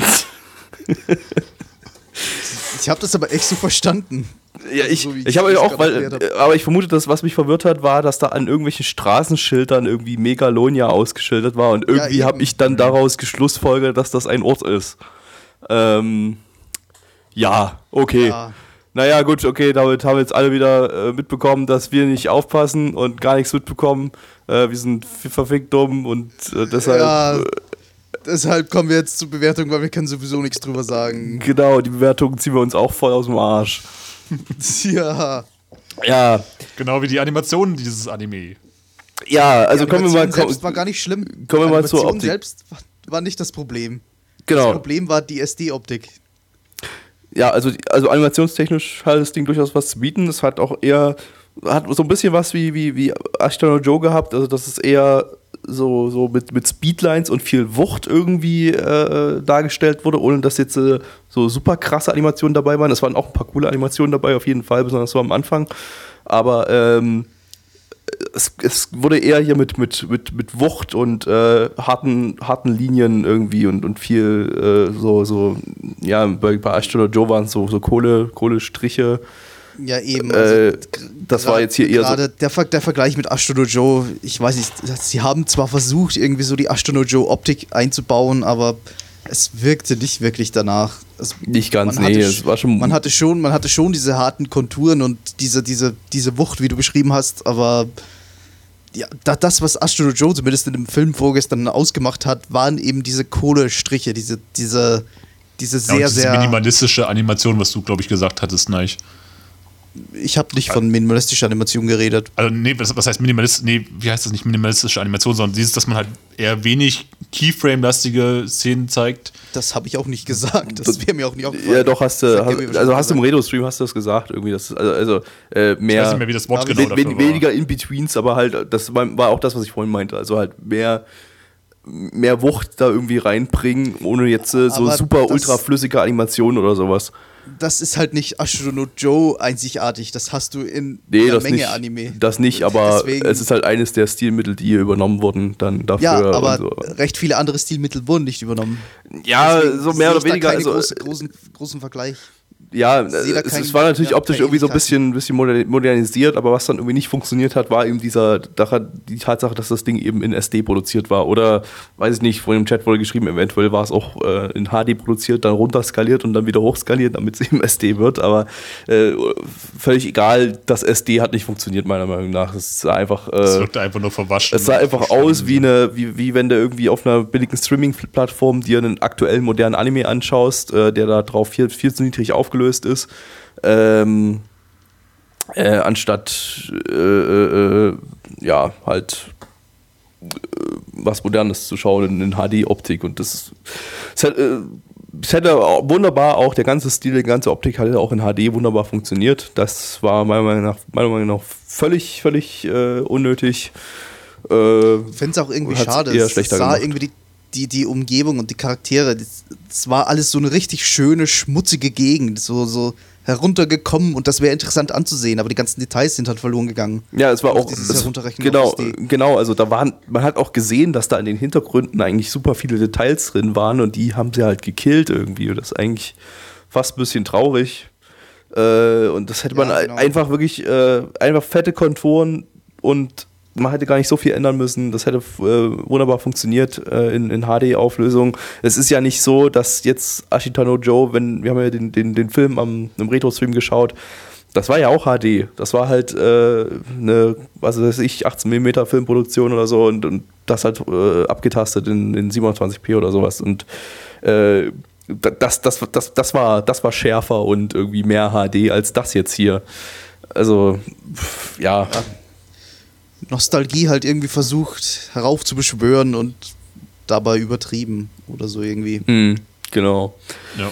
Ich habe das aber echt so verstanden. ja, ich, so wie ich habe ich auch, gerade weil, erklärt hab. äh, aber ich vermute, dass was mich verwirrt hat, war, dass da an irgendwelchen Straßenschildern irgendwie Megalonia ausgeschildert war und irgendwie eben. habe ich dann daraus geschlussfolgert, dass das ein Ort ist. Ähm, ja, okay. Ja. Naja, gut, okay, damit haben jetzt alle wieder äh, mitbekommen, dass wir nicht aufpassen und gar nichts mitbekommen. Äh, wir sind f- verfickt dumm und äh, deshalb. Ja, Äh, deshalb kommen wir jetzt zur Bewertung, weil wir können sowieso nichts drüber sagen. genau, die Bewertungen ziehen wir uns auch voll aus dem Arsch. Ja. Ja, Genau wie die Animationen dieses Anime. ja, also Die kommen wir mal. Animation Komm, selbst war gar nicht schlimm. kommen wir mal zur Animation Optik. selbst war, war nicht das Problem. Das genau. Problem war die S D-Optik. Ja, also, also animationstechnisch hat das Ding durchaus was zu bieten. Es hat auch eher, hat so ein bisschen was wie, wie, wie Ashita no Joe gehabt. Also das ist eher so, so mit, mit Speedlines und viel Wucht irgendwie äh, dargestellt wurde, ohne dass jetzt äh, so super krasse Animationen dabei waren. Es waren auch ein paar coole Animationen dabei, auf jeden Fall, besonders so am Anfang. Aber ähm, es, es wurde eher hier mit, mit, mit, mit Wucht und äh, harten, harten Linien irgendwie und, und viel äh, so, so, ja, bei, bei Ashton oder Joe waren es so, so Kohle, Kohlestriche. Ja, eben. Äh, Also, das war jetzt hier eher so. Gerade der, Ver der Vergleich mit Ashton no Joe, ich weiß nicht, sie haben zwar versucht, irgendwie so die Ashton no Joe Optik einzubauen, aber es wirkte nicht wirklich danach. Es, Nicht ganz, man nee, hatte es war schon. Man hatte schon, man hatte schon diese harten Konturen und diese, diese, diese Wucht, wie du beschrieben hast, aber ja, da, das, was Ashton no Joe zumindest in dem Film vorgestern ausgemacht hat, waren eben diese Kohlestriche, diese, diese, diese Ja, und sehr, diese sehr. minimalistische Animation, was du, glaube ich, gesagt hattest, Neich. Ich habe nicht von minimalistischer Animation geredet. Also, nee, was, was heißt minimalistisch? Nee, wie heißt das nicht minimalistische Animation, sondern dieses, dass man halt eher wenig Keyframe-lastige Szenen zeigt. Das habe ich auch nicht gesagt. Das wäre mir auch nicht aufgefallen. Ja, doch, hast du, Das hat hast, Gabby bestimmt also hast du im gesagt. Redo-Stream hast du das gesagt, irgendwie, das ist, also, also äh, Ich mehr. weiß nicht mehr, wie das Wort Ja, genau we- we- dafür weniger war. In-Betweens, aber halt, das war, war auch das, was ich vorhin meinte. Also halt mehr, mehr Wucht da irgendwie reinbringen, ohne jetzt äh, so Aber super das- ultraflüssige Animationen oder sowas. Das ist halt nicht Ashton no Joe einzigartig. Das hast du in Nee, einer das Menge nicht, Anime. das nicht, aber Deswegen- es ist halt eines der Stilmittel, die hier übernommen wurden, dann dafür. Ja, aber und so. recht viele andere Stilmittel wurden nicht übernommen. Ja, Deswegen so sehe mehr ich oder da weniger. keinen Also, großen, großen, großen Vergleich. ja, sehe da es, keinen- es war natürlich ja, optisch keine irgendwie so ein Ähnlichkeiten. bisschen, bisschen moder- modernisiert, aber was dann irgendwie nicht funktioniert hat, war eben dieser, die Tatsache, dass das Ding eben in S D produziert war. Oder, weiß ich nicht, vor dem Chat wurde geschrieben, eventuell war es auch äh, in H D produziert, dann runterskaliert und dann wieder hochskaliert, damit es eben S D wird. Aber äh, völlig egal, das S D hat nicht funktioniert, meiner Meinung nach. Es sah einfach. Äh, Es wirkte einfach nur verwaschen. Es sah einfach aus wie eine, wie, wie wenn du irgendwie auf einer billigen Streaming-Plattform dir einen aktuellen modernen Anime anschaust, äh, der da drauf viel, viel zu niedrig aufgelöst ist. Ähm, äh, anstatt äh, äh, ja, halt äh, was Modernes zu schauen in, in H D-Optik. Und das, es hat, äh, es hätte auch wunderbar auch, der ganze Stil, die ganze Optik hatte auch in H D wunderbar funktioniert. Das war meiner Meinung nach, meiner Meinung nach völlig, völlig äh, unnötig. Äh, Ich finde es auch irgendwie Hat's schade. eher Es schlechter sah gemacht. irgendwie die, die, die Umgebung und die Charaktere, das, das war alles so eine richtig schöne, schmutzige Gegend. So, so heruntergekommen und das wäre interessant anzusehen, aber die ganzen Details sind halt verloren gegangen. Ja, es war auch dieses es, Herunterrechnen genau, auf S D. genau. Also da waren, man hat auch gesehen, dass da in den Hintergründen eigentlich super viele Details drin waren und die haben sie halt gekillt irgendwie. Und das ist eigentlich fast ein bisschen traurig. Äh, und das hätte man Ja, genau. einfach wirklich äh, einfach fette Konturen und man hätte gar nicht so viel ändern müssen. Das hätte äh, wunderbar funktioniert äh, in, in H D-Auflösung. Es ist ja nicht so, dass jetzt Ashita no Joe, wenn wir haben ja den, den, den Film am im Retro-Stream geschaut, das war ja auch H D. Das war halt äh, eine, was weiß ich, achtzehn Millimeter Filmproduktion oder so und, und das halt äh, abgetastet in, in siebenundzwanzig p oder sowas. Und äh, das, das, das, das, war, das war schärfer und irgendwie mehr H D als das jetzt hier. Also, pff, ja. Nostalgie halt irgendwie versucht heraufzubeschwören und dabei übertrieben oder so irgendwie. Mhm, genau. Ja.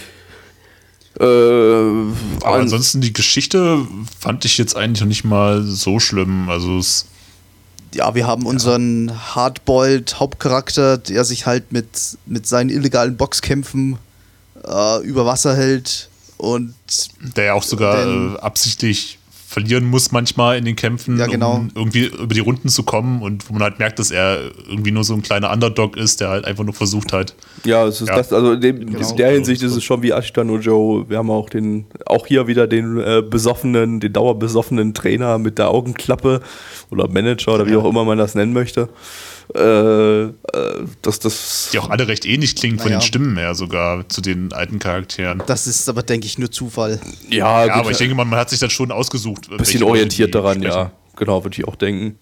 Äh, Aber ansonsten die Geschichte fand ich jetzt eigentlich noch nicht mal so schlimm. Also es Ja, wir haben unseren Hardboiled Hauptcharakter, der sich halt mit, mit seinen illegalen Boxkämpfen äh, über Wasser hält und der ja auch sogar Denn- äh, absichtlich verlieren muss manchmal in den Kämpfen, Ja, genau. um irgendwie über die Runden zu kommen und wo man halt merkt, dass er irgendwie nur so ein kleiner Underdog ist, der halt einfach nur versucht hat. Ja, es ist Ja. das, also in, dem, Genau. in der Hinsicht ist es schon wie Ashita no Joe. Wir haben auch den, auch hier wieder den äh, besoffenen, den dauerbesoffenen Trainer mit der Augenklappe oder Manager oder wie auch immer man das nennen möchte. Äh, äh, das, das, Die auch alle recht ähnlich klingen von Naja. den Stimmen her sogar zu den alten Charakteren. das ist aber, denke ich, nur Zufall. ja, Ja, gut, aber ich denke mal, man hat sich das schon ausgesucht. ein bisschen welche Leute orientiert die daran, sprechen. ja. Genau, würde ich auch denken.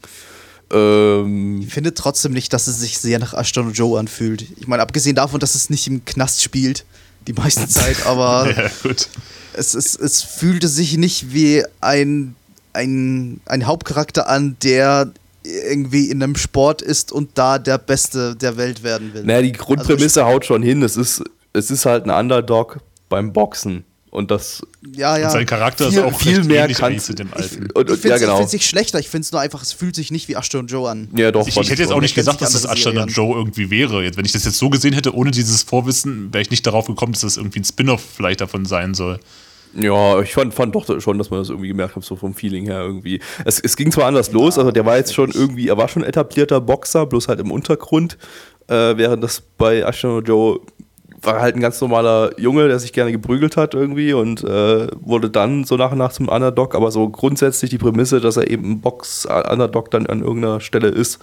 Ähm, Ich finde trotzdem nicht, dass es sich sehr nach Ashita no Joe anfühlt. Ich meine, abgesehen davon, dass es nicht im Knast spielt, die meiste Zeit, aber Ja, gut. es, es, es fühlte sich nicht wie ein, ein, ein Hauptcharakter an, der irgendwie in einem Sport ist und da der Beste der Welt werden will. naja, die Grundprämisse haut schon hin. Es ist, es ist halt ein Underdog beim Boxen. Und das Ja, ja. Und sein Charakter Viel- ist auch viel recht mehr ähnlich kannst- eigentlich zu dem alten. und, Ich und, finde ja, es genau. nicht schlechter, ich finde es nur einfach, es fühlt sich nicht wie Ashita no Joe an. Ja, doch, Ich, fand ich hätte jetzt schon. auch nicht kennt gesagt, sich dass das andere Ashita no Serien. Joe irgendwie wäre. Jetzt, wenn ich das jetzt so gesehen hätte, ohne dieses Vorwissen, wäre ich nicht darauf gekommen, dass das irgendwie ein Spin-off vielleicht davon sein soll. Ja, ich fand, fand doch schon, dass man das irgendwie gemerkt hat, so vom Feeling her irgendwie. Es, es ging zwar anders los, also der war jetzt schon irgendwie, er war schon etablierter Boxer, bloß halt im Untergrund, äh, während das bei Ashita no Joe war halt ein ganz normaler Junge, der sich gerne geprügelt hat irgendwie und äh, wurde dann so nach und nach zum Underdog, aber so grundsätzlich die Prämisse, dass er eben ein Box-Underdog dann an irgendeiner Stelle ist,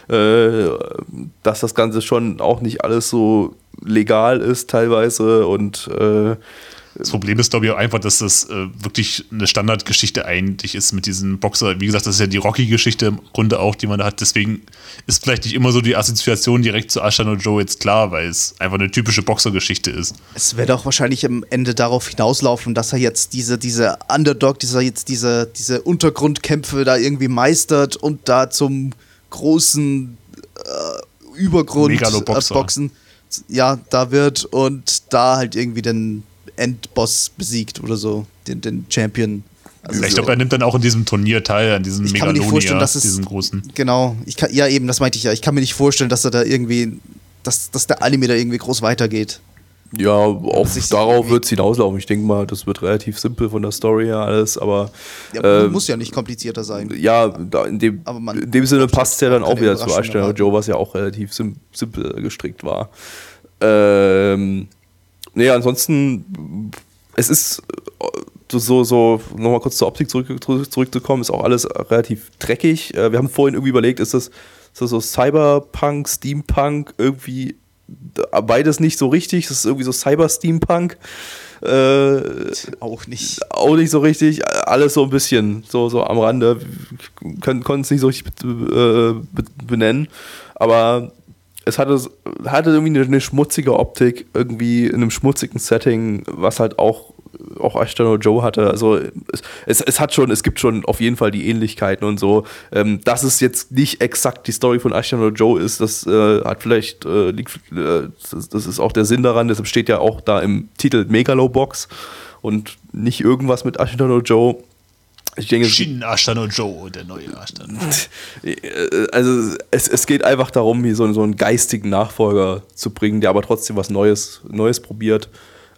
äh, dass das Ganze schon auch nicht alles so legal ist teilweise und äh, Das Problem ist, glaube ich, auch einfach, dass das äh, wirklich eine Standardgeschichte eigentlich ist mit diesem Boxer. Wie gesagt, das ist ja die Rocky-Geschichte im Grunde auch, die man da hat. Deswegen ist vielleicht nicht immer so die Assoziation direkt zu Ashita no Joe jetzt klar, weil es einfach eine typische Boxergeschichte ist. Es wird auch wahrscheinlich am Ende darauf hinauslaufen, dass er jetzt diese, diese Underdog, dieser jetzt diese, diese Untergrundkämpfe da irgendwie meistert und da zum großen äh, Übergrund äh, Megaloboxer. Boxen, ja, da wird und da halt irgendwie den Endboss besiegt oder so, den, den Champion. Also ich glaube, er nimmt dann auch in diesem Turnier teil, an diesem Ich kann mir nicht Megalonia, vorstellen, dass es- diesem großen. Genau, ich kann, ja eben, das meinte ich ja. Ich kann mir nicht vorstellen, dass er da irgendwie, dass, dass der Anime da irgendwie groß weitergeht. ja, auch sich darauf irgendwie- wird es hinauslaufen. Ich denke mal, das wird relativ simpel von der Story her alles, aber Ja, äh, muss ja nicht komplizierter sein. ja, da in, dem, Aber man- in dem Sinne passt es ja dann kann auch wieder zu Überraschungen Ashita no erwarten. Joe, was ja auch relativ sim simpel gestrickt war. Ähm, nee, ansonsten, es ist äh, so, so nochmal kurz zur Optik zurück, zurück, zurückzukommen, ist auch alles relativ dreckig. Äh, wir haben vorhin irgendwie überlegt, ist das, ist das so Cyberpunk, Steampunk, irgendwie beides nicht so richtig, das ist irgendwie so Cyber-Steampunk. Äh, Auch nicht. auch nicht so richtig, alles so ein bisschen, so, so am Rande. Können, konnten es nicht so richtig äh, be- benennen, aber es hatte, hatte irgendwie eine, eine schmutzige Optik, irgendwie in einem schmutzigen Setting, was halt auch, auch Ashita no Joe hatte. Also es, es, es hat schon, es gibt schon auf jeden Fall die Ähnlichkeiten und so. Ähm, dass es jetzt nicht exakt die Story von Ashita no Joe ist, das äh, hat vielleicht, äh, liegt, äh, das, das ist auch der Sinn daran, deshalb steht ja auch da im Titel Megalobox und nicht irgendwas mit Ashita no Joe. Ich denke, es, Shin Ashita no Joe, der neue Ashita no Joe. also es, es geht einfach darum, hier so, so einen geistigen Nachfolger zu bringen, der aber trotzdem was Neues, Neues probiert.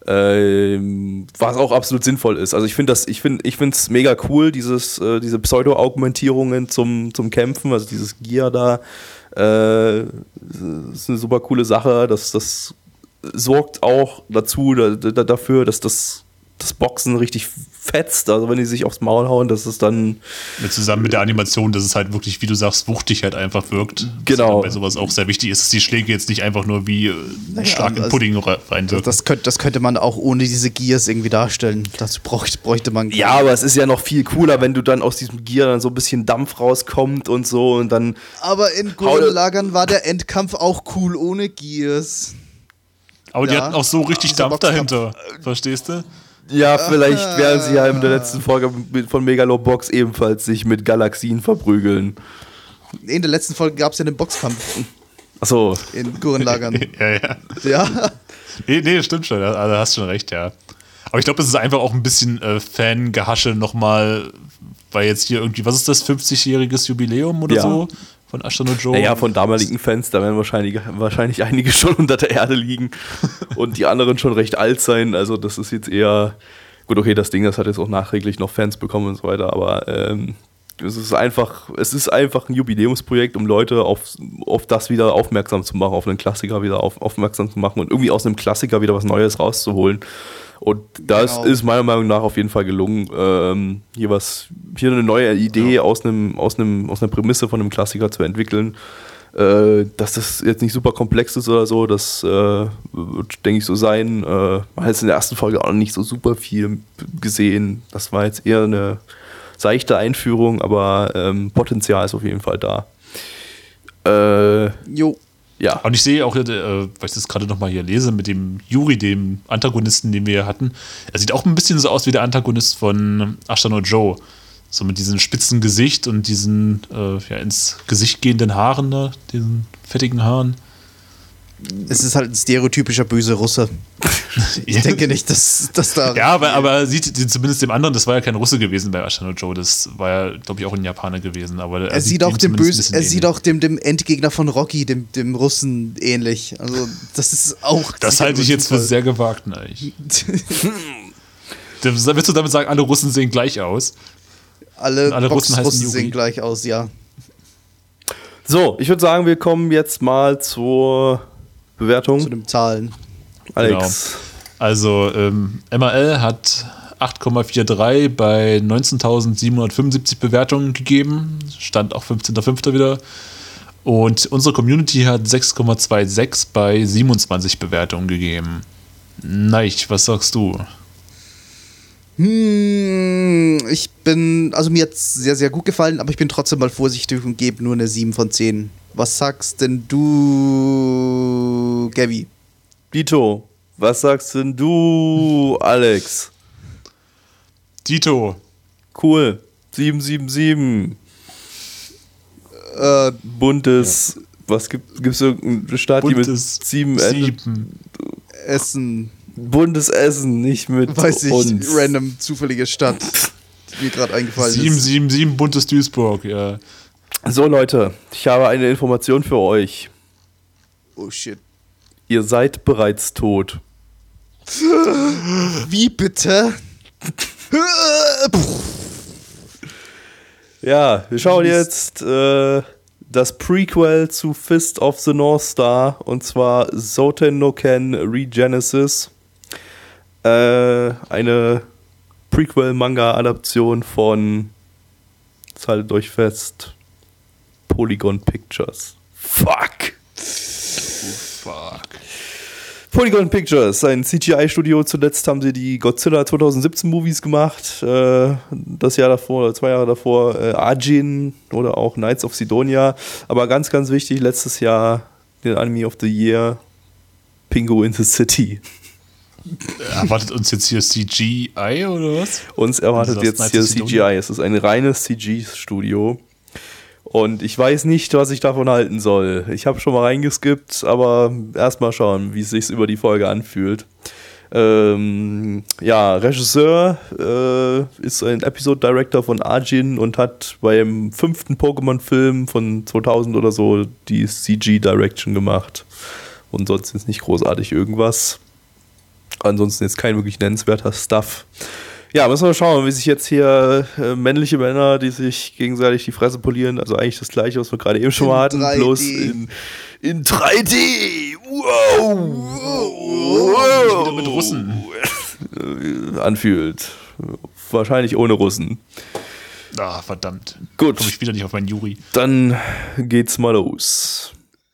Ähm, was auch absolut sinnvoll ist. Also ich finde das, ich finde, ich finde es mega cool, dieses, äh, diese Pseudo-Augmentierungen zum, zum Kämpfen, also dieses Gear da, äh, ist eine super coole Sache. Das, das sorgt auch dazu, da, da, dafür, dass das, das Boxen richtig fetzt. Also wenn die sich aufs Maul hauen, dass es dann Ja, zusammen mit der Animation, dass es halt wirklich, wie du sagst, wuchtig halt einfach wirkt. Genau. Was bei sowas auch sehr wichtig ist, dass die Schläge jetzt nicht einfach nur wie äh, Naja, stark in also- Pudding re- reinwirken. Das könnte, das könnte man auch ohne diese Gears irgendwie darstellen. Dazu bräuchte, bräuchte man. ja, aber es ist ja noch viel cooler, wenn du dann aus diesem Gear dann so ein bisschen Dampf rauskommt und so und dann Aber in Gurrenlagern war der Endkampf auch cool ohne Gears. Aber die Ja. hatten auch so richtig Dieser Dampf Boxkampf. dahinter. Verstehst du? ja, vielleicht werden sie ja in der letzten Folge mit- von Megalobox ebenfalls sich mit Galaxien verprügeln. In der letzten Folge gab es ja den Boxkampf Achso, in Gurrenlagern. Ja, ja. Ja. Nee, nee, stimmt schon. Also hast schon recht, ja. Aber ich glaube, es ist einfach auch ein bisschen äh, Fangehasche nochmal, weil jetzt hier irgendwie, was ist das, fünfzigjähriges Jubiläum oder Ja. so von Ashton und Joe? naja, von damaligen Fans, da werden wahrscheinlich, wahrscheinlich einige schon unter der Erde liegen und die anderen schon recht alt sein. Also das ist jetzt eher, gut, okay, das Ding, das hat jetzt auch nachträglich noch Fans bekommen und so weiter, aber ähm, es ist einfach, es ist einfach ein Jubiläumsprojekt, um Leute auf, auf das wieder aufmerksam zu machen, auf einen Klassiker wieder auf, aufmerksam zu machen und irgendwie aus einem Klassiker wieder was Neues rauszuholen. Und das Genau. ist meiner Meinung nach auf jeden Fall gelungen, ähm, hier was, hier eine neue Idee aus einem, aus einem, aus einer Prämisse von einem Klassiker zu entwickeln. Äh, dass das jetzt nicht super komplex ist oder so, das äh, wird, denke ich, so sein. Äh, man hat jetzt in der ersten Folge auch noch nicht so super viel gesehen. Das war jetzt eher eine seichte Einführung, aber ähm, Potenzial ist auf jeden Fall da. Äh, Jo. ja. Und ich sehe auch, äh, weil ich das gerade nochmal hier lese, mit dem Yuri, dem Antagonisten, den wir hier hatten. Er sieht auch ein bisschen so aus wie der Antagonist von Ashton und Joe. So mit diesem spitzen Gesicht und diesen äh, ja, ins Gesicht gehenden Haaren, ne? Diesen fettigen Haaren. Es ist halt ein stereotypischer böse Russe. Ich denke nicht, dass, dass da. Ja, aber, aber sieht zumindest dem anderen, das war ja kein Russe gewesen bei Ashton und Joe, das war ja, glaube ich, auch ein Japaner gewesen. Aber er, Er sieht auch ihm dem zumindest ein böse, bisschen er sieht ähnlich. auch dem, dem Endgegner von Rocky, dem, dem Russen ähnlich. Also das ist auch. Das sicher halte ich nur jetzt für Zufall. sehr gewagt, eigentlich. Willst du damit sagen, alle Russen sehen gleich aus? Alle, alle Russen heißen Boxrussen Yuri. sehen gleich aus, ja. So, ich würde sagen, wir kommen jetzt mal zur Bewertung. Zu den Zahlen. Alex. Also ähm, M A L hat acht Komma dreiundvierzig bei neunzehntausendsiebenhundertfünfundsiebzig Bewertungen gegeben. Stand auch fünfzehnter fünfter wieder. Und unsere Community hat sechs Komma sechsundzwanzig bei siebenundzwanzig Bewertungen gegeben. Neich, was sagst du? Hm, ich bin, also mir hat es sehr, sehr gut gefallen, aber ich bin trotzdem mal vorsichtig und gebe nur eine sieben von zehn. Was sagst denn du, Gabby? Dito, was sagst denn du, Alex? Dito. Cool. sieben sieben sieben. Äh, Buntes. Was gibt gibt's irgendeine Stadt, die mit Buntes sieben endet? Sieben. Essen, Bundesessen, nicht mit weiß ich, uns. random, zufällige Stadt, die mir gerade eingefallen sieben ist. sieben sieben Buntes Duisburg, ja. So Leute, ich habe eine Information für euch. Oh shit. Ihr seid bereits tot. Wie bitte? Ja, wir schauen jetzt äh, das Prequel zu Fist of the North Star, und zwar Soten no Ken Regenesis. Äh, eine Prequel-Manga-Adaption von, jetzt haltet euch fest, Polygon Pictures. Fuck! Fuck. Polygon Pictures, ein C G I-Studio. Zuletzt haben sie die Godzilla zwanzig siebzehn Movies gemacht. Äh, das Jahr davor, oder zwei Jahre davor, äh, Ajin oder auch Knights of Sidonia. Aber ganz, ganz wichtig, letztes Jahr den Anime of the Year, Pingu in the City. Erwartet uns jetzt hier C G I oder was? Uns erwartet Also das jetzt Knights hier of C Sidonia? G I. Es ist ein reines C G-Studio. Und ich weiß nicht, was ich davon halten soll. Ich habe schon mal reingeskippt, aber erstmal schauen, wie es sich über die Folge anfühlt. Ähm, ja, Regisseur äh, ist ein Episode Director von Ajin und hat beim fünften Pokémon-Film von zweitausend oder so die C G-Direction gemacht. Und sonst ist nicht großartig irgendwas. Ansonsten jetzt kein wirklich nennenswerter Stuff. Ja, müssen wir schauen, wie sich jetzt hier äh, männliche Männer, die sich gegenseitig die Fresse polieren, also eigentlich das gleiche, was wir gerade eben schon mal hatten, drei D. bloß in, in drei D. Wow. wow. Wieder mit Russen. Anfühlt. Wahrscheinlich ohne Russen. Ah, verdammt. Gut. Komme ich wieder nicht auf meinen Juri. Dann geht's mal los.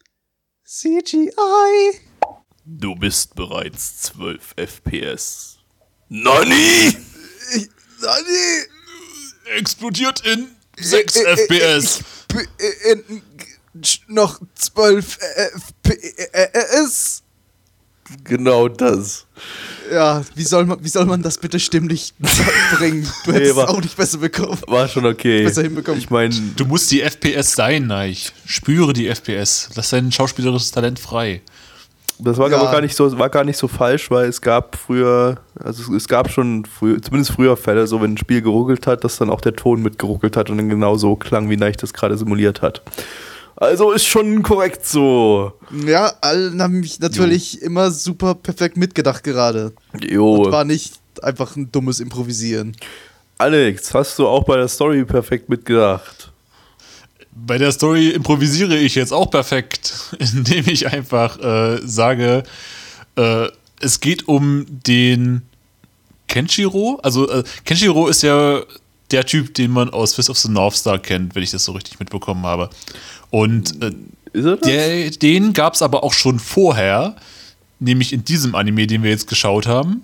C G I. Du bist bereits zwölf F P S. Nani? Ich, Nani? Explodiert in sechs F P S. In, noch zwölf F P S. Genau das. Ja, wie soll man, wie soll man das bitte stimmlich bringen? Du hättest nee, es auch nicht besser bekommen. War schon okay. Besser hinbekommen. Ich meine, du musst die F P S sein, Neich. Spüre die F P S. Lass dein schauspielerisches Talent frei. Das war ja. aber gar nicht so, war gar nicht so falsch, weil es gab früher, also es gab schon früher, zumindest früher Fälle, so wenn ein Spiel geruckelt hat, dass dann auch der Ton mitgeruckelt hat und dann genau so klang, wie Neich das gerade simuliert hat. Also ist schon korrekt so. Ja, alle haben mich natürlich jo. immer super perfekt mitgedacht gerade. Jo. Und war nicht einfach ein dummes Improvisieren. Alex, hast du auch bei der Story perfekt mitgedacht? Bei der Story improvisiere ich jetzt auch perfekt, indem ich einfach äh, sage, äh, es geht um den Kenshiro. Also äh, Kenshiro ist ja der Typ, den man aus Fist of the North Star kennt, wenn ich das so richtig mitbekommen habe. Und äh, ist er das? Der, den gab es aber auch schon vorher, nämlich in diesem Anime, den wir jetzt geschaut haben.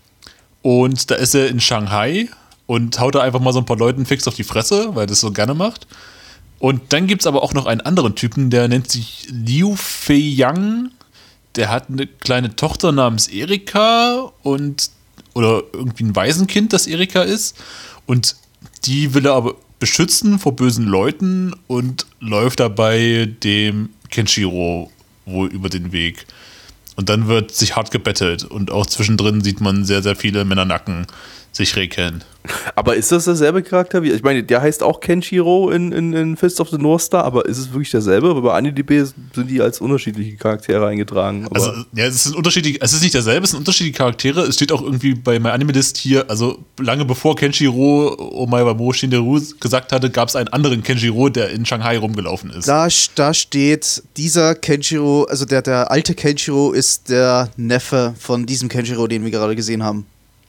Und da ist er in Shanghai und haut da einfach mal so ein paar Leuten fix auf die Fresse, weil er das so gerne macht. Und dann gibt es aber auch noch einen anderen Typen, der nennt sich Liu Fei-Yang. Der hat eine kleine Tochter namens Erika und oder irgendwie ein Waisenkind, das Erika ist. Und die will er aber beschützen vor bösen Leuten und läuft dabei dem Kenshiro wohl über den Weg. Und dann wird sich hart gebettelt und auch zwischendrin sieht man sehr, sehr viele Männernacken sich rekeln. Aber ist das derselbe Charakter? Wie, ich meine, der heißt auch Kenshiro in, in, in Fist of the North Star, aber ist es wirklich derselbe? Aber bei AniDB sind die als unterschiedliche Charaktere eingetragen. Aber also, ja, es ist, ein unterschiedlich, es ist nicht derselbe, es sind unterschiedliche Charaktere. Es steht auch irgendwie bei MyAnimeList hier, also lange bevor Kenshiro Omae Shinderu gesagt hatte, gab es einen anderen Kenshiro, der in Shanghai rumgelaufen ist. Da, da steht, dieser Kenshiro, also der, der alte Kenshiro ist der Neffe von diesem Kenshiro, den wir gerade gesehen haben.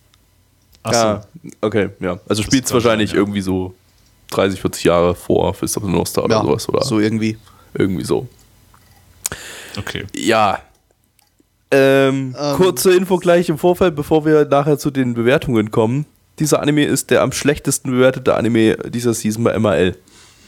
Ach ja, so. Okay, ja. Also spielt es wahrscheinlich ja. irgendwie so dreißig, vierzig Jahre vor Fist of the North Star oder ja, sowas, oder? So irgendwie. Irgendwie so. Okay. Ja. Ähm, ähm, kurze Info gleich im Vorfeld, bevor wir nachher zu den Bewertungen kommen. Dieser Anime ist der am schlechtesten bewertete Anime dieser Season bei M A L.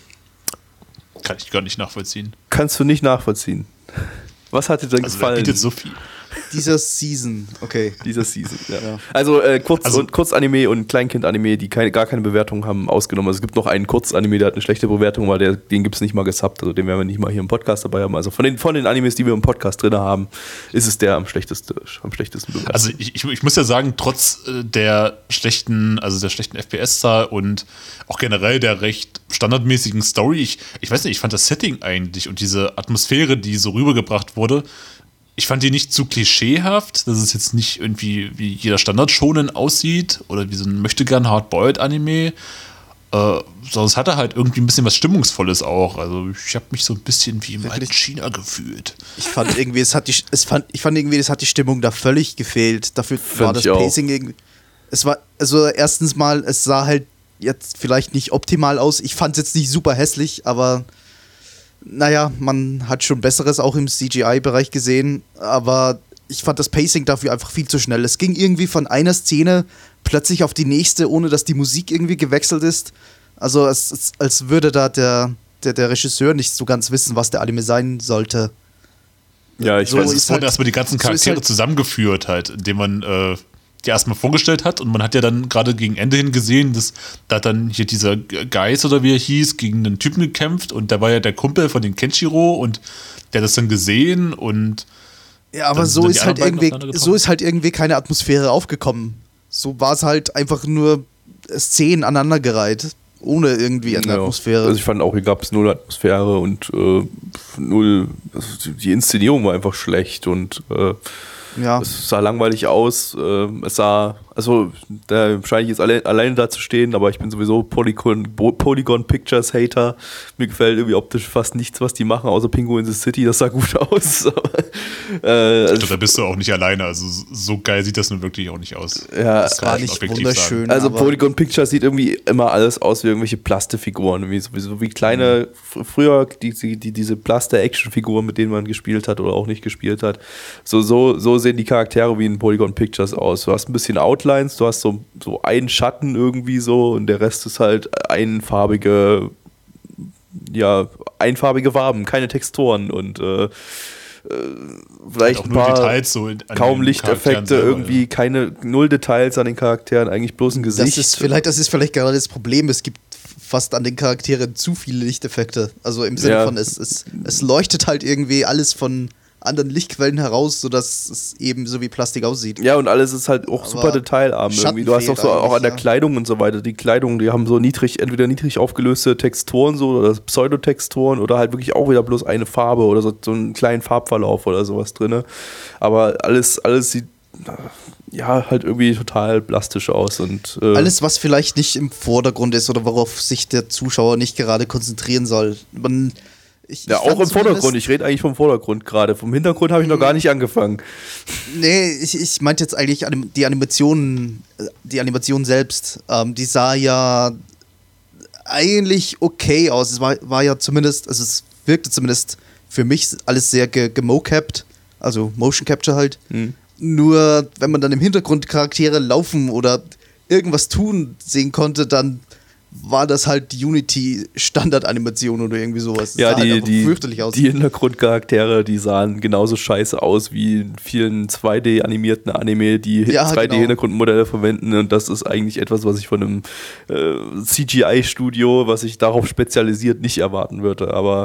Kann ich gar nicht nachvollziehen. Kannst du nicht nachvollziehen. Was hat dir denn also gefallen? Der bietet so viel. Dieser Season, okay. Dieser Season, ja. ja. Also, äh, Kurz- also und Kurzanime und Kleinkind-Anime, die keine, gar keine Bewertung haben, ausgenommen. Also es gibt noch einen Kurzanime, der hat eine schlechte Bewertung, weil der, den gibt es nicht mal gesubbt. Also den werden wir nicht mal hier im Podcast dabei haben. Also von den, von den Animes, die wir im Podcast drin haben, ist es der am schlechtesten, am schlechtesten bewertet. Also ich, ich, ich muss ja sagen, trotz der schlechten, also der schlechten F P S-Zahl und auch generell der recht standardmäßigen Story, ich, ich weiß nicht, ich fand das Setting eigentlich und diese Atmosphäre, die so rübergebracht wurde, ich fand die nicht zu klischeehaft, dass es jetzt nicht irgendwie wie jeder Standard-Shonen aussieht oder wie so ein Möchtegern-Hardboiled-Anime, äh, sondern es hatte halt irgendwie ein bisschen was Stimmungsvolles auch. Also ich habe mich so ein bisschen wie im alten China gefühlt. Ich fand irgendwie, es hat die, es fand, ich fand irgendwie, es hat die Stimmung da völlig gefehlt. Dafür Find war das ich auch. Pacing irgendwie. Es war, also erstens mal, es sah halt jetzt vielleicht nicht optimal aus. Ich fand es jetzt nicht super hässlich, aber naja, man hat schon Besseres auch im C G I-Bereich gesehen, aber ich fand das Pacing dafür einfach viel zu schnell. Es ging irgendwie von einer Szene plötzlich auf die nächste, ohne dass die Musik irgendwie gewechselt ist. Also es, es, als würde da der, der, der Regisseur nicht so ganz wissen, was der Anime sein sollte. Ja, ich so weiß, es es wurden halt, erstmal die ganzen Charaktere so halt zusammengeführt, halt, indem man äh, die erstmal vorgestellt hat und man hat ja dann gerade gegen Ende hin gesehen, dass da hat dann hier dieser Geist oder wie er hieß, gegen einen Typen gekämpft und der war ja der Kumpel von den Kenshiro und der hat das dann gesehen und ja, aber so ist halt irgendwie, so ist halt irgendwie keine Atmosphäre aufgekommen. So war es halt einfach nur Szenen aneinandergereiht, ohne irgendwie eine ja. Atmosphäre. Also ich fand auch, hier gab es null Atmosphäre und äh, null, also die Inszenierung war einfach schlecht und äh, Ja. Es sah langweilig aus. Ähm, es sah, also da scheine ich jetzt alle, alleine da zu stehen, aber ich bin sowieso Polygon, Polygon Pictures Hater. Mir gefällt irgendwie optisch fast nichts, was die machen, außer Pingu in the City. Das sah gut aus. äh, also, da bist du auch nicht alleine. Also so geil sieht das nun wirklich auch nicht aus. Ja, das war nicht wunderschön. Sagen. Also Polygon Pictures sieht irgendwie immer alles aus wie irgendwelche Plastefiguren, irgendwie so wie kleine, mhm. früher die, die, die, diese Plaste-Action-Figuren, mit denen man gespielt hat oder auch nicht gespielt hat. So, so, so sehen die Charaktere wie in Polygon Pictures aus. Du hast ein bisschen Outlines, du hast so, so einen Schatten irgendwie so und der Rest ist halt einfarbige, ja, einfarbige Farben, keine Texturen und äh, vielleicht ein paar Details, so kaum Lichteffekte, irgendwie keine null Details an den Charakteren, eigentlich bloß ein Gesicht. Das ist vielleicht, das ist vielleicht gerade das Problem, es gibt fast an den Charakteren zu viele Lichteffekte, also im Sinne ja. von, es, es, es leuchtet halt irgendwie alles von anderen Lichtquellen heraus, sodass es eben so wie Plastik aussieht. Ja, und alles ist halt auch aber super detailarm irgendwie. Du hast auch so auch an der ja. Kleidung und so weiter. Die Kleidung, die haben so niedrig, entweder niedrig aufgelöste Texturen so oder Pseudotexturen oder halt wirklich auch wieder bloß eine Farbe oder so, so einen kleinen Farbverlauf oder sowas drin. Aber alles, alles sieht ja halt irgendwie total plastisch aus. Und äh alles, was vielleicht nicht im Vordergrund ist oder worauf sich der Zuschauer nicht gerade konzentrieren soll. Man Ich, ja, ich auch im Vordergrund. Ich rede eigentlich vom Vordergrund gerade. Vom Hintergrund habe ich noch gar nicht angefangen. Nee, ich, ich meinte jetzt eigentlich die Animation, die Animation selbst. Ähm, die sah ja eigentlich okay aus. Es war, war ja zumindest, also es wirkte zumindest für mich alles sehr ge- gemocapped, also Motion Capture halt. Hm. Nur, wenn man dann im Hintergrund Charaktere laufen oder irgendwas tun sehen konnte, dann war das halt die Unity-Standard-Animation oder irgendwie sowas. Das ja, sah die, halt die, fürchterlich aus. Die Hintergrundcharaktere, die sahen genauso scheiße aus wie in vielen zwei D-animierten Anime, die ja, drei D-Hintergrundmodelle genau. verwenden. Und das ist eigentlich etwas, was ich von einem äh, C G I-Studio, was sich darauf spezialisiert, nicht erwarten würde. Aber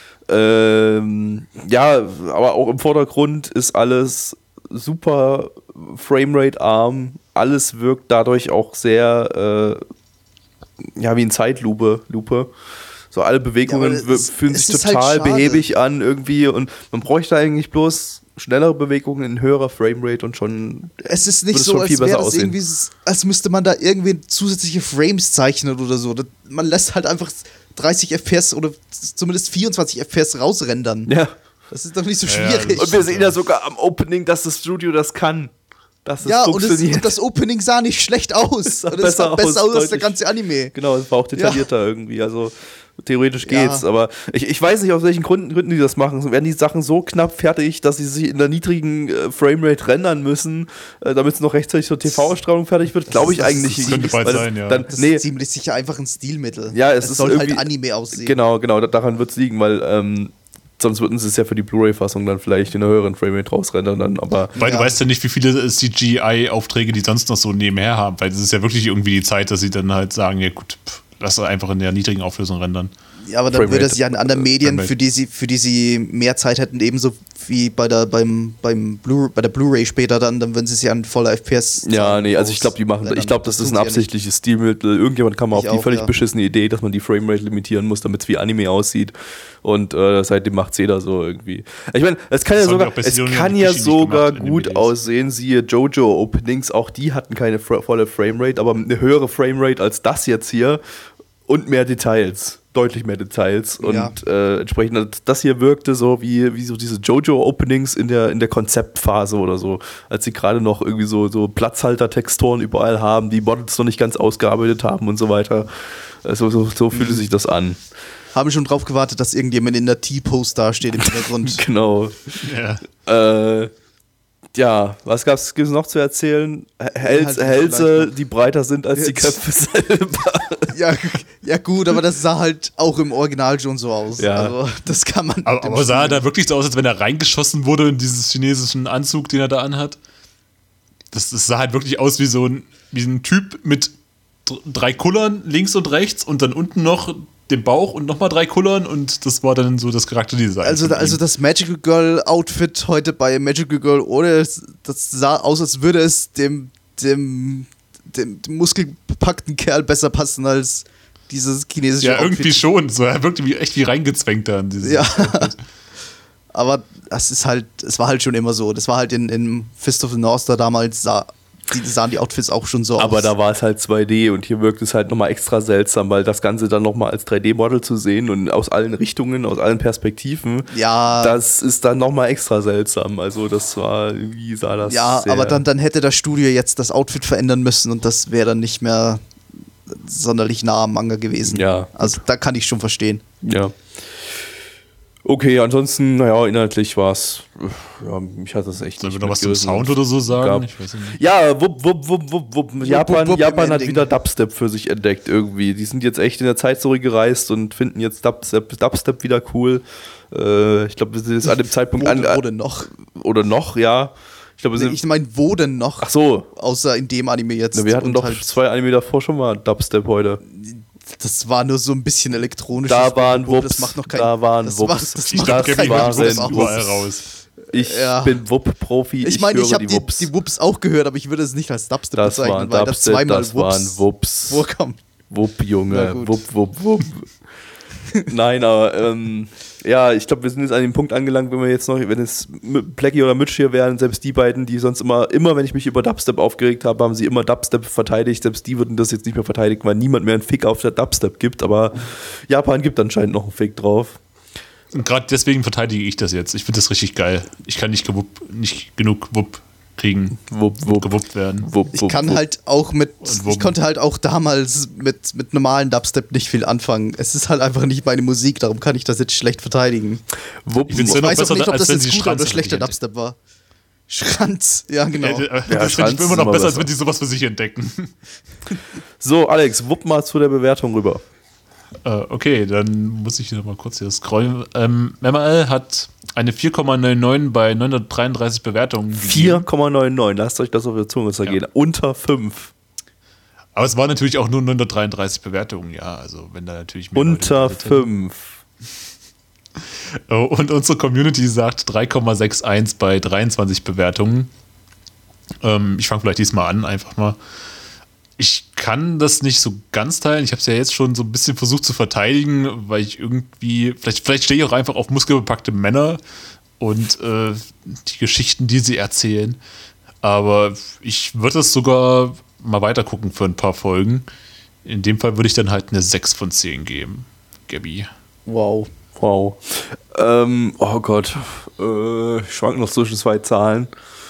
ähm, ja, aber auch im Vordergrund ist alles super Framerate-arm. Alles wirkt dadurch auch sehr äh, ja, wie in Zeitlupe, Lupe. So alle Bewegungen ja, es, fühlen sich total halt behäbig an irgendwie und man bräuchte eigentlich bloß schnellere Bewegungen in höherer Framerate und schon es ist nicht so, als wäre das irgendwie, als müsste man da irgendwie zusätzliche Frames zeichnen oder so. Man lässt halt einfach dreißig F P S oder zumindest vierundzwanzig F P S rausrendern. Ja. Das ist doch nicht so schwierig. Ja, und wir sehen ja sogar am Opening, dass das Studio das kann. Dass es ja, und, es, und das Opening sah nicht schlecht aus. Es sah besser, es sah besser aus, aus als der ganze Anime. Genau, es war auch detaillierter ja. irgendwie. Also theoretisch geht's. Ja. Aber ich, ich weiß nicht, aus welchen Gründen, Gründen die das machen. Werden die Sachen so knapp fertig, dass sie sich in der niedrigen äh, Framerate rendern müssen, äh, damit es noch rechtzeitig zur T V-Ausstrahlung fertig wird? Glaube ich das eigentlich nicht. Könnte bald sein, ja. Dann, das nee. ist ziemlich sicher einfach ein Stilmittel. Ja, es, es ist soll halt Anime aussehen. Genau, genau, daran wird es liegen, weil ähm, sonst würden sie es ja für die Blu-ray-Fassung dann vielleicht in einer höheren Framerate rausrendern. Dann, aber weil ja. du weißt ja nicht, wie viele C G I-Aufträge die sonst noch so nebenher haben, weil es ist ja wirklich irgendwie die Zeit, dass sie dann halt sagen, ja gut, pff, lass einfach in der niedrigen Auflösung rendern. Ja, aber dann Framerate. würde es ja in anderen Medien, für die, sie, für die sie mehr Zeit hätten, ebenso wie bei der, beim, beim Blu, bei der Blu-ray später dann, dann würden sie es ja an voller F P S. Ja, nee, also ich glaube, die machen, ich glaube, das, das ist ein absichtliches Stilmittel. Irgendjemand kam auf die auch, völlig ja. beschissene Idee, dass man die Framerate limitieren muss, damit es wie Anime aussieht. Und äh, seitdem macht es jeder so irgendwie. Ich meine, es kann das ja sogar, es kann ja sogar gut aussehen, siehe JoJo-Openings, auch die hatten keine fra- volle Framerate, aber eine höhere Framerate als das jetzt hier und mehr Details. Deutlich mehr Details und ja. äh, entsprechend das hier wirkte so wie, wie so diese JoJo-Openings in der, in der Konzeptphase oder so, als sie gerade noch irgendwie so, so Platzhalter-Texturen überall haben, die Models noch nicht ganz ausgearbeitet haben und so weiter. Also, so so fühlte mhm. sich das an. Haben schon drauf gewartet, dass irgendjemand in der T-Pose dasteht im Hintergrund. Genau. Ja. Äh, Ja, was gab's, gibt's noch zu erzählen? Häls, Hälse, die breiter sind als Jetzt. die Köpfe selber. Ja, ja gut, aber das sah halt auch im Original schon so aus. Ja. Also das kann man. Aber, aber sah er da wirklich so aus, als wenn er reingeschossen wurde in diesen chinesischen Anzug, den er da anhat? Das, das sah halt wirklich aus wie so ein, wie ein Typ mit drei Kullern links und rechts und dann unten noch den Bauch und nochmal drei Kullern und das war dann so das Charakterdesign. Also, also das Magical Girl Outfit heute bei Magical Girl ohne, das sah aus, als würde es dem, dem, dem, dem muskelbepackten Kerl besser passen als dieses chinesische ja, Outfit. Ja, irgendwie schon. So, er wirkte wie, echt wie reingezwängt da in dieses ja. Outfit. Aber das ist halt, es war halt schon immer so. Das war halt in, in Fist of the North Star damals, sah, die, sahen die Outfits auch schon so Aber aus. da war es halt zwei D und hier wirkt es halt nochmal extra seltsam, weil das Ganze dann nochmal als drei D-Model zu sehen und aus allen Richtungen, aus allen Perspektiven, Ja. das ist dann nochmal extra seltsam. Also das war, wie sah das Ja, sehr aber dann, dann hätte das Studio jetzt das Outfit verändern müssen und das wäre dann nicht mehr sonderlich nah am Manga gewesen. Ja. Also da kann ich schon verstehen. Ja. Okay, ansonsten, naja, inhaltlich war es, ja, mich hat das echt Sollen wir nicht noch was zum mitgerissen. Sound oder so sagen? Gab- Ich weiß nicht. Ja, wupp, wupp, wupp, wupp, wupp. Japan, wupp im Japan hat Ending. wieder Dubstep für sich entdeckt irgendwie. Die sind jetzt echt in der Zeit zurückgereist und finden jetzt Dubstep, Dubstep wieder cool. Äh, ich glaube, wir sind jetzt an dem Zeitpunkt Wo, an, wo denn noch? oder noch, ja. Ich glaube, wir Nee, sind, ich meine, wo denn noch? ach so, Außer in dem Anime jetzt. na, wir hatten Und doch halt, zwei Anime davor schon mal Dubstep heute. das war nur so ein bisschen elektronisch. Da waren Wups, Das macht noch kein, da waren das Wups. Macht, das Ich macht glaube, Das Gabby war hört ein Wups überall Wups. raus. Ich Ja. bin Wupp-Profi, Ich meine, ich, höre habe die, Wups. die Wups auch gehört, aber ich würde es nicht als Dubstep Das bezeichnen, waren weil das Dubstep, zweimal das waren Wups Wups. vorkam. Wupp, Na Junge. gut. Wupp, wupp, wupp. Nein, aber ähm, ja, ich glaube, wir sind jetzt an dem Punkt angelangt, wenn wir jetzt noch, wenn es M- Blackie oder Mitch hier wären, selbst die beiden, die sonst immer, immer, wenn ich mich über Dubstep aufgeregt habe, haben sie immer Dubstep verteidigt. Selbst die würden das jetzt nicht mehr verteidigen, weil niemand mehr einen Fick auf der Dubstep gibt. Aber Japan gibt anscheinend noch einen Fick drauf. Und gerade deswegen verteidige ich das jetzt. Ich finde das richtig geil. Ich kann nicht, gewupp, nicht genug Wupp kriegen, Wupp, wupp, gewuppt werden. wupp, Ich wupp, kann wupp. halt auch mit, Und wo- ich konnte halt auch damals mit, mit normalen Dubstep nicht viel anfangen. Es ist halt einfach nicht meine Musik, darum kann ich das jetzt schlecht verteidigen. Wupp, Ich find's Ich dennoch weiß auch besser, nicht, ob als das wenn jetzt sie guter Schranz oder schlechter entdecken. Dubstep war. Schranz, ja genau. Ja, Ja, das Schranz finde ich immer ist noch immer besser, als besser. wenn die sowas für sich entdecken. So, Alex, wupp mal zu der Bewertung rüber. Äh, okay, dann muss ich noch mal kurz hier scrollen. Ähm, M M L hat eine vier Komma neunundneunzig bei neunhundertdreiunddreißig Bewertungen gegeben. vier Komma neunundneunzig, lasst euch das auf der Zunge zergehen. Ja. Unter fünf. Aber es waren natürlich auch nur neunhundertdreiunddreißig Bewertungen, ja. Also wenn da natürlich mehr Unter Leute bewertet hätten. fünf. Oh, und unsere Community sagt drei Komma einundsechzig bei dreiundzwanzig Bewertungen. Ähm, ich fange vielleicht diesmal an, einfach mal. Ich kann das nicht so ganz teilen. Ich habe es ja jetzt schon so ein bisschen versucht zu verteidigen, weil ich irgendwie, vielleicht, vielleicht stehe ich auch einfach auf muskelbepackte Männer und äh, die Geschichten, die sie erzählen. Aber ich würde es sogar mal weiter gucken für ein paar Folgen. In dem Fall würde ich dann halt eine sechs von zehn geben. Gabby. Wow. Wow. Ähm, oh Gott. Äh, ich schwank noch zwischen zwei Zahlen.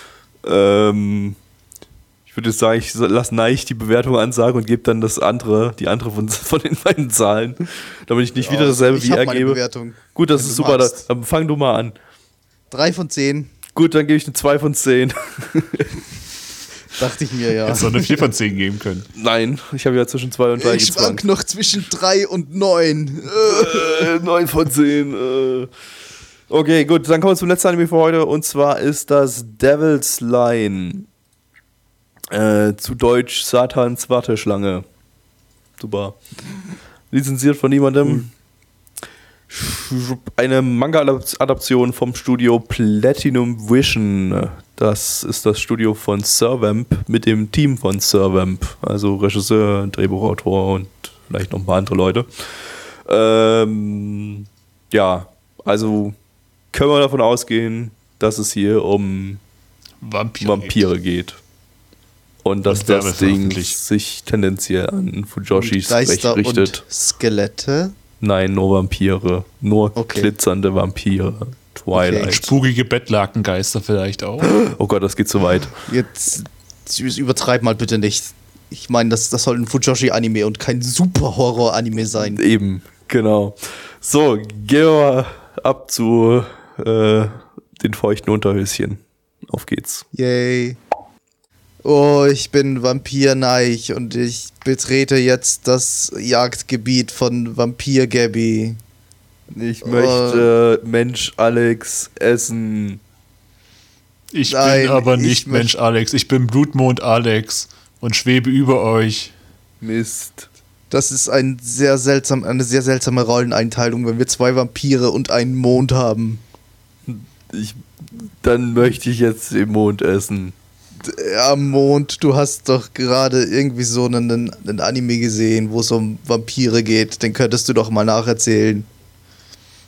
Ähm, ich würde jetzt sagen, ich lasse Neich die Bewertung ansagen und gebe dann das andere, die andere von, von den beiden Zahlen, damit ich nicht wieder dasselbe ich wie hab er meine gebe. Bewertung, Gut, das wenn ist du super. magst. Dann fang du mal an. Drei von zehn, Gut, dann gebe ich eine zwei von zehn. dachte ich mir ja. Hätte es auch eine vier von zehn geben können. Nein, ich habe ja zwischen zwei und drei Ich schwank gezwankt. noch zwischen drei und neun. Äh, neun von zehn. Äh. Okay, gut, dann kommen wir zum letzten Anime für heute und zwar ist das Devil's Line. Äh, zu Deutsch Satans Warteschlange. Super. Lizenziert von niemandem. Eine Manga-Adaption vom Studio Platinum Vision. Das ist das Studio von Servamp mit dem Team von Servamp. Also Regisseur, Drehbuchautor und vielleicht noch ein paar andere Leute. Ähm, ja, also können wir davon ausgehen, dass es hier um Vampire. Vampire geht. Und dass Und wer das wird Ding veröffentlicht? sich tendenziell an Fujoshis Geister Recht richtet. und Skelette. Nein, nur Vampire. Nur Okay. glitzernde Vampire. Twilight. Okay. Spukige Bettlakengeister vielleicht auch. Oh Gott, das geht zu weit. Jetzt übertreib mal bitte nicht. Ich meine, das, das soll ein Fujoshi-Anime und kein Super-Horror-Anime sein. Eben, genau. So, gehen wir ab zu äh, den feuchten Unterhöschen. Auf geht's. Yay. Oh, ich bin Vampir Neich und ich betrete jetzt das Jagdgebiet von Vampir Gabby. Ich Oh. möchte Mensch Alex essen. Ich Nein, bin aber ich nicht möcht- Mensch Alex. Ich bin Blutmond Alex und schwebe über euch. Mist. Das ist ein sehr seltsam, eine sehr seltsame Rolleneinteilung, wenn wir zwei Vampire und einen Mond haben. Ich, dann möchte ich jetzt den Mond essen. Ja, Mond, du hast doch gerade irgendwie so einen, einen Anime gesehen, wo es um Vampire geht. Den könntest du doch mal nacherzählen.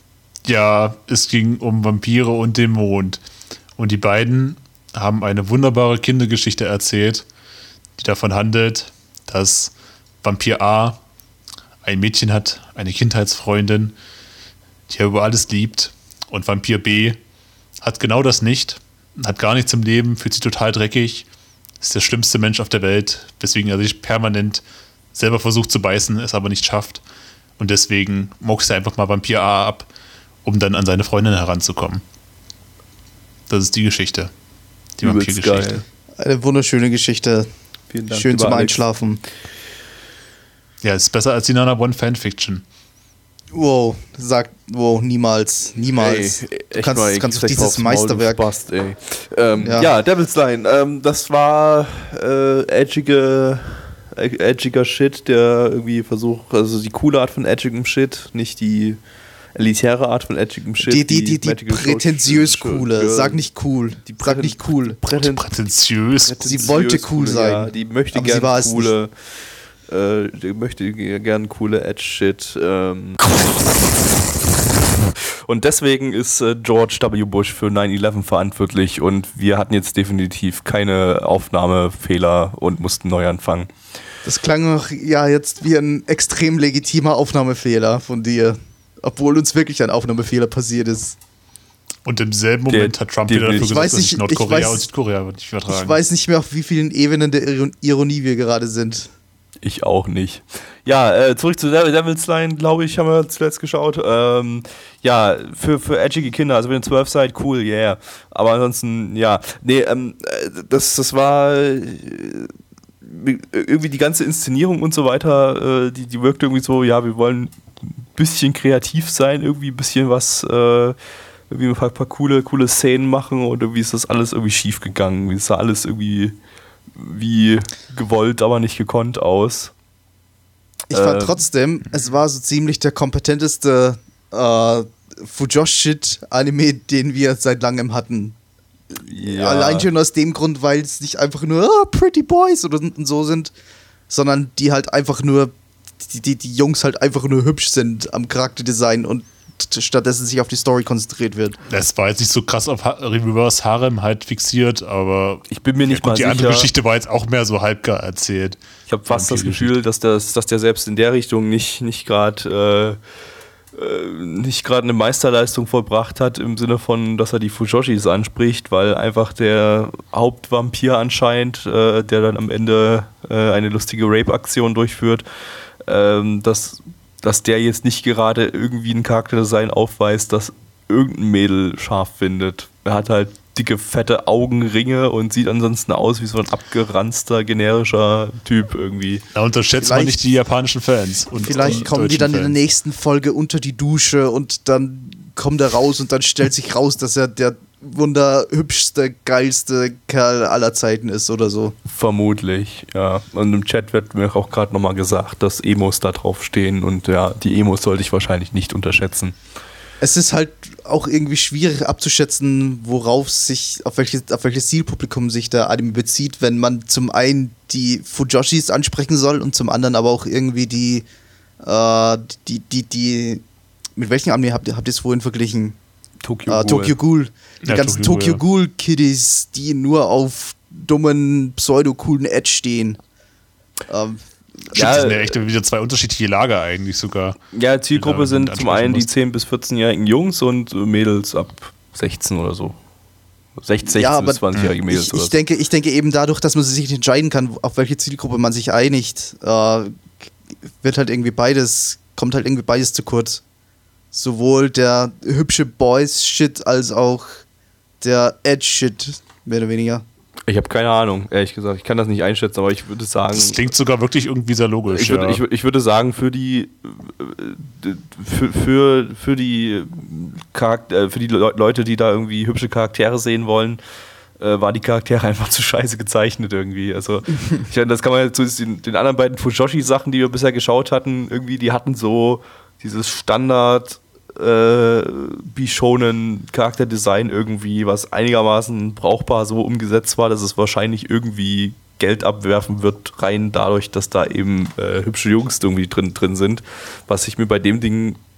Ja, es ging um Vampire und den Mond. Und die beiden haben eine wunderbare Kindergeschichte erzählt, die davon handelt, dass Vampir A ein Mädchen hat, eine Kindheitsfreundin, die er über alles liebt. Und Vampir B hat genau das nicht, hat gar nichts im Leben, fühlt sich total dreckig, ist der schlimmste Mensch auf der Welt, weswegen er sich permanent selber versucht zu beißen, es aber nicht schafft. Und deswegen mokst er einfach mal Vampir A ab, um dann an seine Freundin heranzukommen. Das ist die Geschichte. Die Vampirgeschichte. Eine wunderschöne Geschichte. Vielen Dank. Schön zum Alex. Einschlafen. Ja, ist besser als die Nana One Fanfiction. Wow, sag, wow, niemals, niemals. Ey, du kannst, mal, kannst krieg dieses aufs Maul, du Meisterwerk. Spast, ey. Ähm, ja. Ja. ja, Devil's Line, ähm, das war äh, edgige, edgiger Shit, der irgendwie versucht, also die coole Art von edgigem Shit, nicht die elitäre Art von edgigem Shit. Die, die, die, die Magical prätentiös Show- coole. Show- Sag nicht cool. Die Sag nicht cool. Präten- Prätentiös. Sie wollte cool sein. Ja, die möchte Aber sie gerne war es coole, äh, die möchte gerne coole Edge-Shit. Ähm. Und deswegen ist äh, George W. Bush für nine eleven verantwortlich und wir hatten jetzt definitiv keine Aufnahmefehler und mussten neu anfangen. Das klang noch ja jetzt wie ein extrem legitimer Aufnahmefehler von dir. Obwohl uns wirklich ein Aufnahmefehler passiert ist. Und im selben Moment Der- hat Trump der- wieder dafür ich gesorgt, weiß dass sich nicht- Nordkorea ich weiß- und Südkorea nicht vertragen. Ich weiß nicht mehr, auf wie vielen Ebenen der Iron- Ironie wir gerade sind. Ich auch nicht. Ja, äh, zurück zu Devil- Devil's Line, glaube ich, haben wir zuletzt geschaut. Ähm, ja, für, für edgige Kinder, also wenn ihr zwölf seid, cool, yeah. Aber ansonsten, ja. Nee, ähm, äh, das, das war äh, irgendwie die ganze Inszenierung und so weiter, äh, die, die wirkt irgendwie so, ja, wir wollen ein bisschen kreativ sein, irgendwie ein bisschen was, äh, irgendwie ein paar, paar coole, coole Szenen machen und irgendwie ist das alles irgendwie schief gegangen. Es sah alles irgendwie wie gewollt, aber nicht gekonnt aus. Ich fand Äh, trotzdem, es war so ziemlich der kompetenteste äh, Fujoshi-Anime, den wir seit langem hatten. Ja. Allein schon aus dem Grund, weil es nicht einfach nur oh, Pretty Boys oder so sind, sondern die halt einfach nur, die, die, die Jungs halt einfach nur hübsch sind am Charakterdesign und stattdessen sich auf die Story konzentriert wird. Das war jetzt nicht so krass auf ha Reverse Harem halt fixiert, aber Ich bin mir nicht gut, mal die sicher. andere Geschichte war jetzt auch mehr so halbgar erzählt. Ich habe fast das Vampirgeschichte. Gefühl, dass, das, dass der selbst in der Richtung nicht, nicht gerade äh, äh, nicht gerade eine Meisterleistung vollbracht hat, im Sinne von, dass er die Fujoshis anspricht, weil einfach der Hauptvampir anscheinend, äh, der dann am Ende äh, eine lustige Rape-Aktion durchführt, ähm, dass, dass der jetzt nicht gerade irgendwie ein Charakterdesign aufweist, das irgendein Mädel scharf findet. Er hat halt dicke, fette Augenringe und sieht ansonsten aus wie so ein abgeranzter, generischer Typ irgendwie. Da unterschätzt man Vielleicht- nicht die japanischen Fans. Und Vielleicht die kommen die deutschen dann in der Fans. nächsten Folge unter die Dusche und dann kommt er raus und dann stellt sich raus, dass er der wunderhübschste, geilste Kerl aller Zeiten ist oder so. Vermutlich, ja. Und im Chat wird mir auch gerade nochmal gesagt, dass Emos da drauf stehen und ja, die Emos sollte ich wahrscheinlich nicht unterschätzen. Es ist halt auch irgendwie schwierig abzuschätzen, worauf sich, auf welches, auf welches Zielpublikum sich der Anime bezieht, wenn man zum einen die Fujoshis ansprechen soll und zum anderen aber auch irgendwie die, äh, die, die, die, mit welchen Anime habt ihr, habt ihr es vorhin verglichen? Tokyo Äh, Ghoul. Tokyo Ghoul. Die Ja, ganzen Tokyo Tokyo Ghoul, Ghoul Kiddies, die nur auf dummen, pseudo-coolen Edge stehen. Ähm, Stimmt, Ja, das sind ja echt wieder zwei unterschiedliche Lager eigentlich sogar. Ja, Zielgruppe Ja, sind und zum einen die ansprechen zehn- bis vierzehn-jährigen Jungs und Mädels ab sechzehn oder so. sechzehn, ja, sechzehn aber bis zwanzig-jährige Mädels ich, oder ich, so. denke, ich denke eben dadurch, dass man sich nicht entscheiden kann, auf welche Zielgruppe man sich einigt, äh, wird halt irgendwie beides, kommt halt irgendwie beides zu kurz. Sowohl der hübsche Boys-Shit als auch der Edge-Shit, mehr oder weniger. Ich habe keine Ahnung, ehrlich gesagt. Ich kann das nicht einschätzen, aber ich würde sagen. Das klingt sogar wirklich irgendwie sehr logisch. Ich würde, ja. ich, würd- ich würde sagen, für die äh, für, für, für die Charakter, für die Le Leute, die da irgendwie hübsche Charaktere sehen wollen, äh, waren die Charaktere einfach zu scheiße gezeichnet irgendwie. Also ich meine, das kann man jetzt zu den, den anderen beiden Fujoshi-Sachen, die wir bisher geschaut hatten, irgendwie, die hatten so dieses Standard äh, Bishonen Charakterdesign irgendwie, was einigermaßen brauchbar so umgesetzt war, dass es wahrscheinlich irgendwie Geld abwerfen wird, rein dadurch, dass da eben äh, hübsche Jungs irgendwie drin, drin sind. Was ich mir bei dem Ding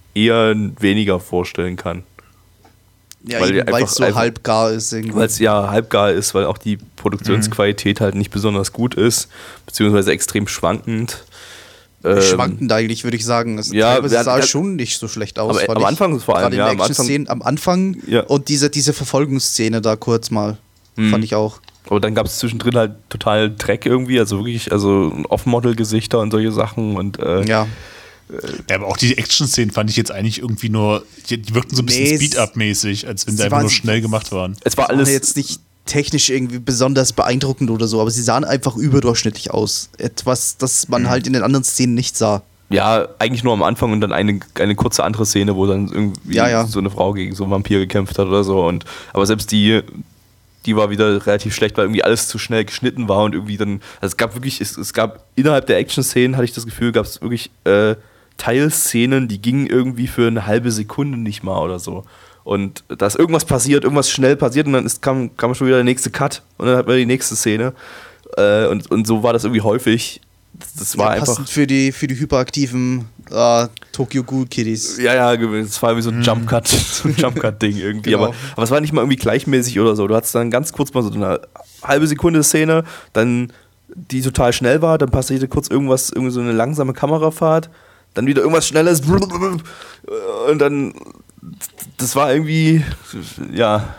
eher weniger vorstellen kann. Ja, weil weil es so einfach, halbgar ist. Weil es ja halbgar ist, weil auch die Produktionsqualität mhm. halt nicht besonders gut ist, beziehungsweise extrem schwankend. Ähm, Schwankend eigentlich, würde ich sagen. Es ja, teilweise ja, sah ja, schon nicht so schlecht aus. Aber am Anfang vor allem, ja. Am Anfang, am Anfang ja. und diese, diese Verfolgungsszene da kurz mal, mhm. fand ich auch. Aber dann gab es zwischendrin halt total Dreck irgendwie, also wirklich, also Off-Model-Gesichter und solche Sachen und äh, ja. Ja, aber auch die Action-Szenen fand ich jetzt eigentlich irgendwie nur, die, die wirkten so ein bisschen Nee, Speed-Up-mäßig, als wenn sie einfach nur schnell gemacht waren. Es war Sie alles waren jetzt nicht technisch irgendwie besonders beeindruckend oder so, aber sie sahen einfach überdurchschnittlich aus. Etwas, das man mhm. halt in den anderen Szenen nicht sah. Ja, eigentlich nur am Anfang und dann eine, eine kurze andere Szene, wo dann irgendwie ja, ja. so eine Frau gegen so einen Vampir gekämpft hat oder so. Und, aber selbst die, die war wieder relativ schlecht, weil irgendwie alles zu schnell geschnitten war und irgendwie dann, also es gab wirklich, es, es gab innerhalb der Action-Szenen, hatte ich das Gefühl, gab es wirklich äh, Teilszenen, die gingen irgendwie für eine halbe Sekunde nicht mal oder so. Und da ist irgendwas passiert, irgendwas schnell passiert und dann ist, kam, kam schon wieder der nächste Cut und dann hat man die nächste Szene. Äh, und, und so war das irgendwie häufig. Das, das war ja, einfach. Für die, für die hyperaktiven äh, Tokyo Ghoul Kiddies. Ja, ja, das war wie so ein Jump-Cut, so ein Jump-Cut-Ding irgendwie. Genau. Aber, aber es war nicht mal irgendwie gleichmäßig oder so. Du hattest dann ganz kurz mal so eine halbe Sekunde Szene, dann die total schnell war, dann passierte kurz irgendwas, irgendwie so eine langsame Kamerafahrt, dann wieder irgendwas Schnelles und dann, das war irgendwie, ja,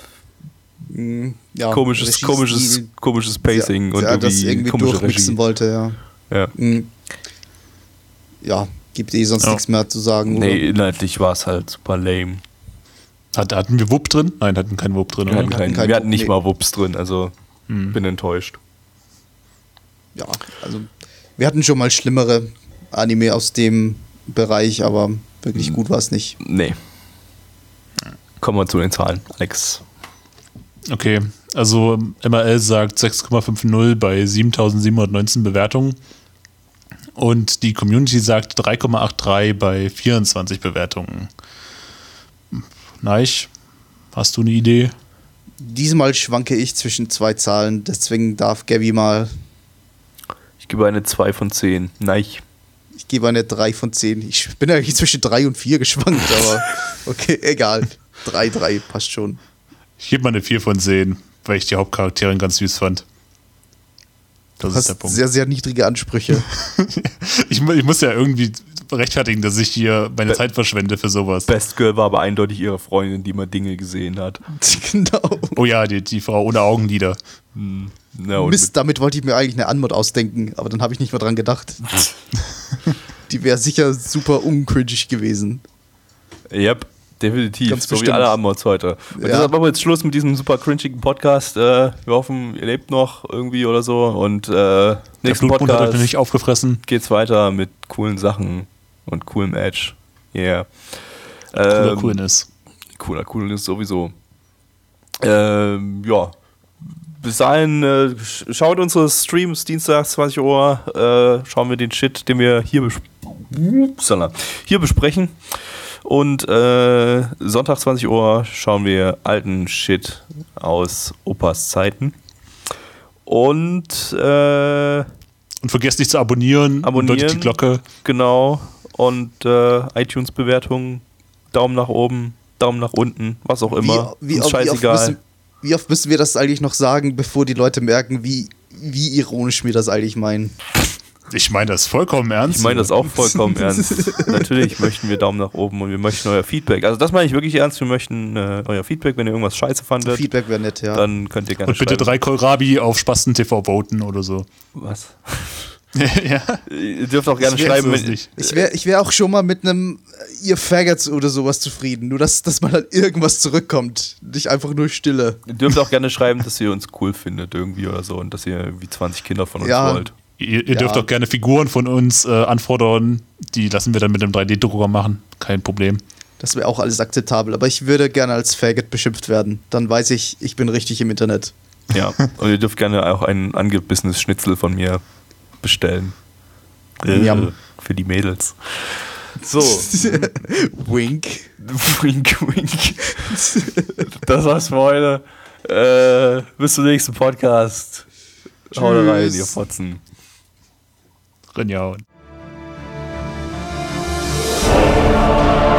ja komisches, komisches, komisches Pacing ja, und ja, irgendwie, das irgendwie komische durchmixen Regie. wollte, ja. Ja. Ja, gibt eh sonst ja. nichts mehr zu sagen. Nee, oder? inhaltlich war es halt super lame. Hat, hatten wir Wupp drin? Nein, hatten keinen Wupp drin. Wir hatten, kein, kein wir hatten nicht nee. mal Wupps drin, also hm. bin enttäuscht. Ja, also wir hatten schon mal schlimmere Anime aus dem Bereich, aber wirklich gut war es nicht. Nee. Kommen wir zu den Zahlen, Alex. Okay, also M R L sagt sechs Komma fünfzig bei siebentausendsiebenhundertneunzehn Bewertungen und die Community sagt drei Komma dreiundachtzig bei vierundzwanzig Bewertungen. Neich, hast du eine Idee? Diesmal schwanke ich zwischen zwei Zahlen, deswegen darf Gabby mal. Ich gebe eine zwei von zehn. Nein. Ich gebe eine drei von zehn. Ich bin eigentlich zwischen drei und vier geschwankt, aber okay, egal. drei, drei passt schon. Ich gebe mal eine vier von zehn, weil ich die Hauptcharakterin ganz süß fand. Das du ist der hast Punkt. Sehr, sehr niedrige Ansprüche. ich, ich muss ja irgendwie rechtfertigen, dass ich hier meine Be- Zeit verschwende für sowas. Best Girl war aber eindeutig ihre Freundin, die mal Dinge gesehen hat. Genau. Oh ja, die, die Frau ohne Augenlider. Hm. Ja, Mist, damit wollte ich mir eigentlich eine Anmod ausdenken, aber dann habe ich nicht mehr dran gedacht. Die wäre sicher super uncringig gewesen. Yep, definitiv. Ganz so bestimmt. wie alle Anmods heute. Und Ja. deshalb machen wir jetzt Schluss mit diesem super cringigen Podcast. Äh, wir hoffen, ihr lebt noch irgendwie oder so. Und äh, nächsten Blutmond hat euch Podcast noch nicht aufgefressen. geht's weiter mit coolen Sachen und coolem Edge. Yeah. Cooler Ähm, Coolness. Cooler Coolness sowieso. Ähm, ja. Bis dahin, äh, sch- schaut unsere Streams, Dienstag zwanzig Uhr, äh, schauen wir den Shit, den wir hier, bes- hier besprechen. Und äh, Sonntag zwanzig Uhr schauen wir alten Shit aus Opas Zeiten. Und äh, Und vergesst nicht zu abonnieren, Abonnieren. und läutet die Glocke. genau. Und äh, iTunes-Bewertungen, Daumen nach oben, Daumen nach unten, was auch immer. Wie, wie, Uns wie, oft scheißegal. müssen, wie oft müssen wir das eigentlich noch sagen, bevor die Leute merken, wie, wie ironisch wir das eigentlich meinen? Ich meine das vollkommen ernst. Ich meine das auch vollkommen ernst. Natürlich möchten wir Daumen nach oben und wir möchten euer Feedback. Also das meine ich wirklich ernst. Wir möchten äh, euer Feedback, wenn ihr irgendwas scheiße fandet. Feedback wäre nett, ja. Dann könnt ihr gerne Und bitte schreiben. drei Kohlrabi auf Spasten T V voten oder so. Was? ja. Ihr dürft auch gerne Das wär schreiben. jetzt Wenn, lustig. Ich wäre ich wär auch schon mal mit einem äh, ihr Faggots oder sowas zufrieden. Nur, dass, dass mal halt irgendwas zurückkommt. Nicht einfach nur Stille. ihr dürft auch gerne schreiben, dass ihr uns cool findet irgendwie oder so und dass ihr irgendwie zwanzig Kinder von uns Ja. wollt. Ihr, ihr Ja. dürft auch gerne Figuren von uns äh, anfordern. Die lassen wir dann mit dem drei D-Drucker machen. Kein Problem. Das wäre auch alles akzeptabel. Aber ich würde gerne als Faggot beschimpft werden. Dann weiß ich, ich bin richtig im Internet. Ja. Und ihr dürft gerne auch ein angebissenes Schnitzel von mir bestellen. Yum. Äh, für die Mädels. So. Wink. Wink, wink. Das war's für heute. Äh, bis zum nächsten Podcast. Haut rein, ihr Fotzen. Rinjauen.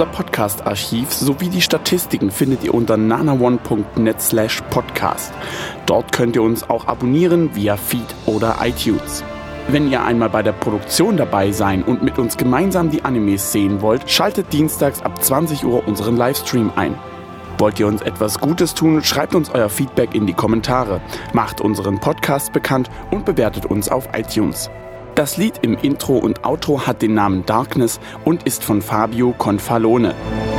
Unser Podcast-Archiv sowie die Statistiken findet ihr unter nanaone punkt net slash podcast. Dort könnt ihr uns auch abonnieren via Feed oder iTunes. Wenn ihr einmal bei der Produktion dabei sein und mit uns gemeinsam die Animes sehen wollt, schaltet dienstags ab zwanzig Uhr unseren Livestream ein. Wollt ihr uns etwas Gutes tun, schreibt uns euer Feedback in die Kommentare, macht unseren Podcast bekannt und bewertet uns auf iTunes. Das Lied im Intro und Outro hat den Namen Darkness und ist von Fabio Confalone.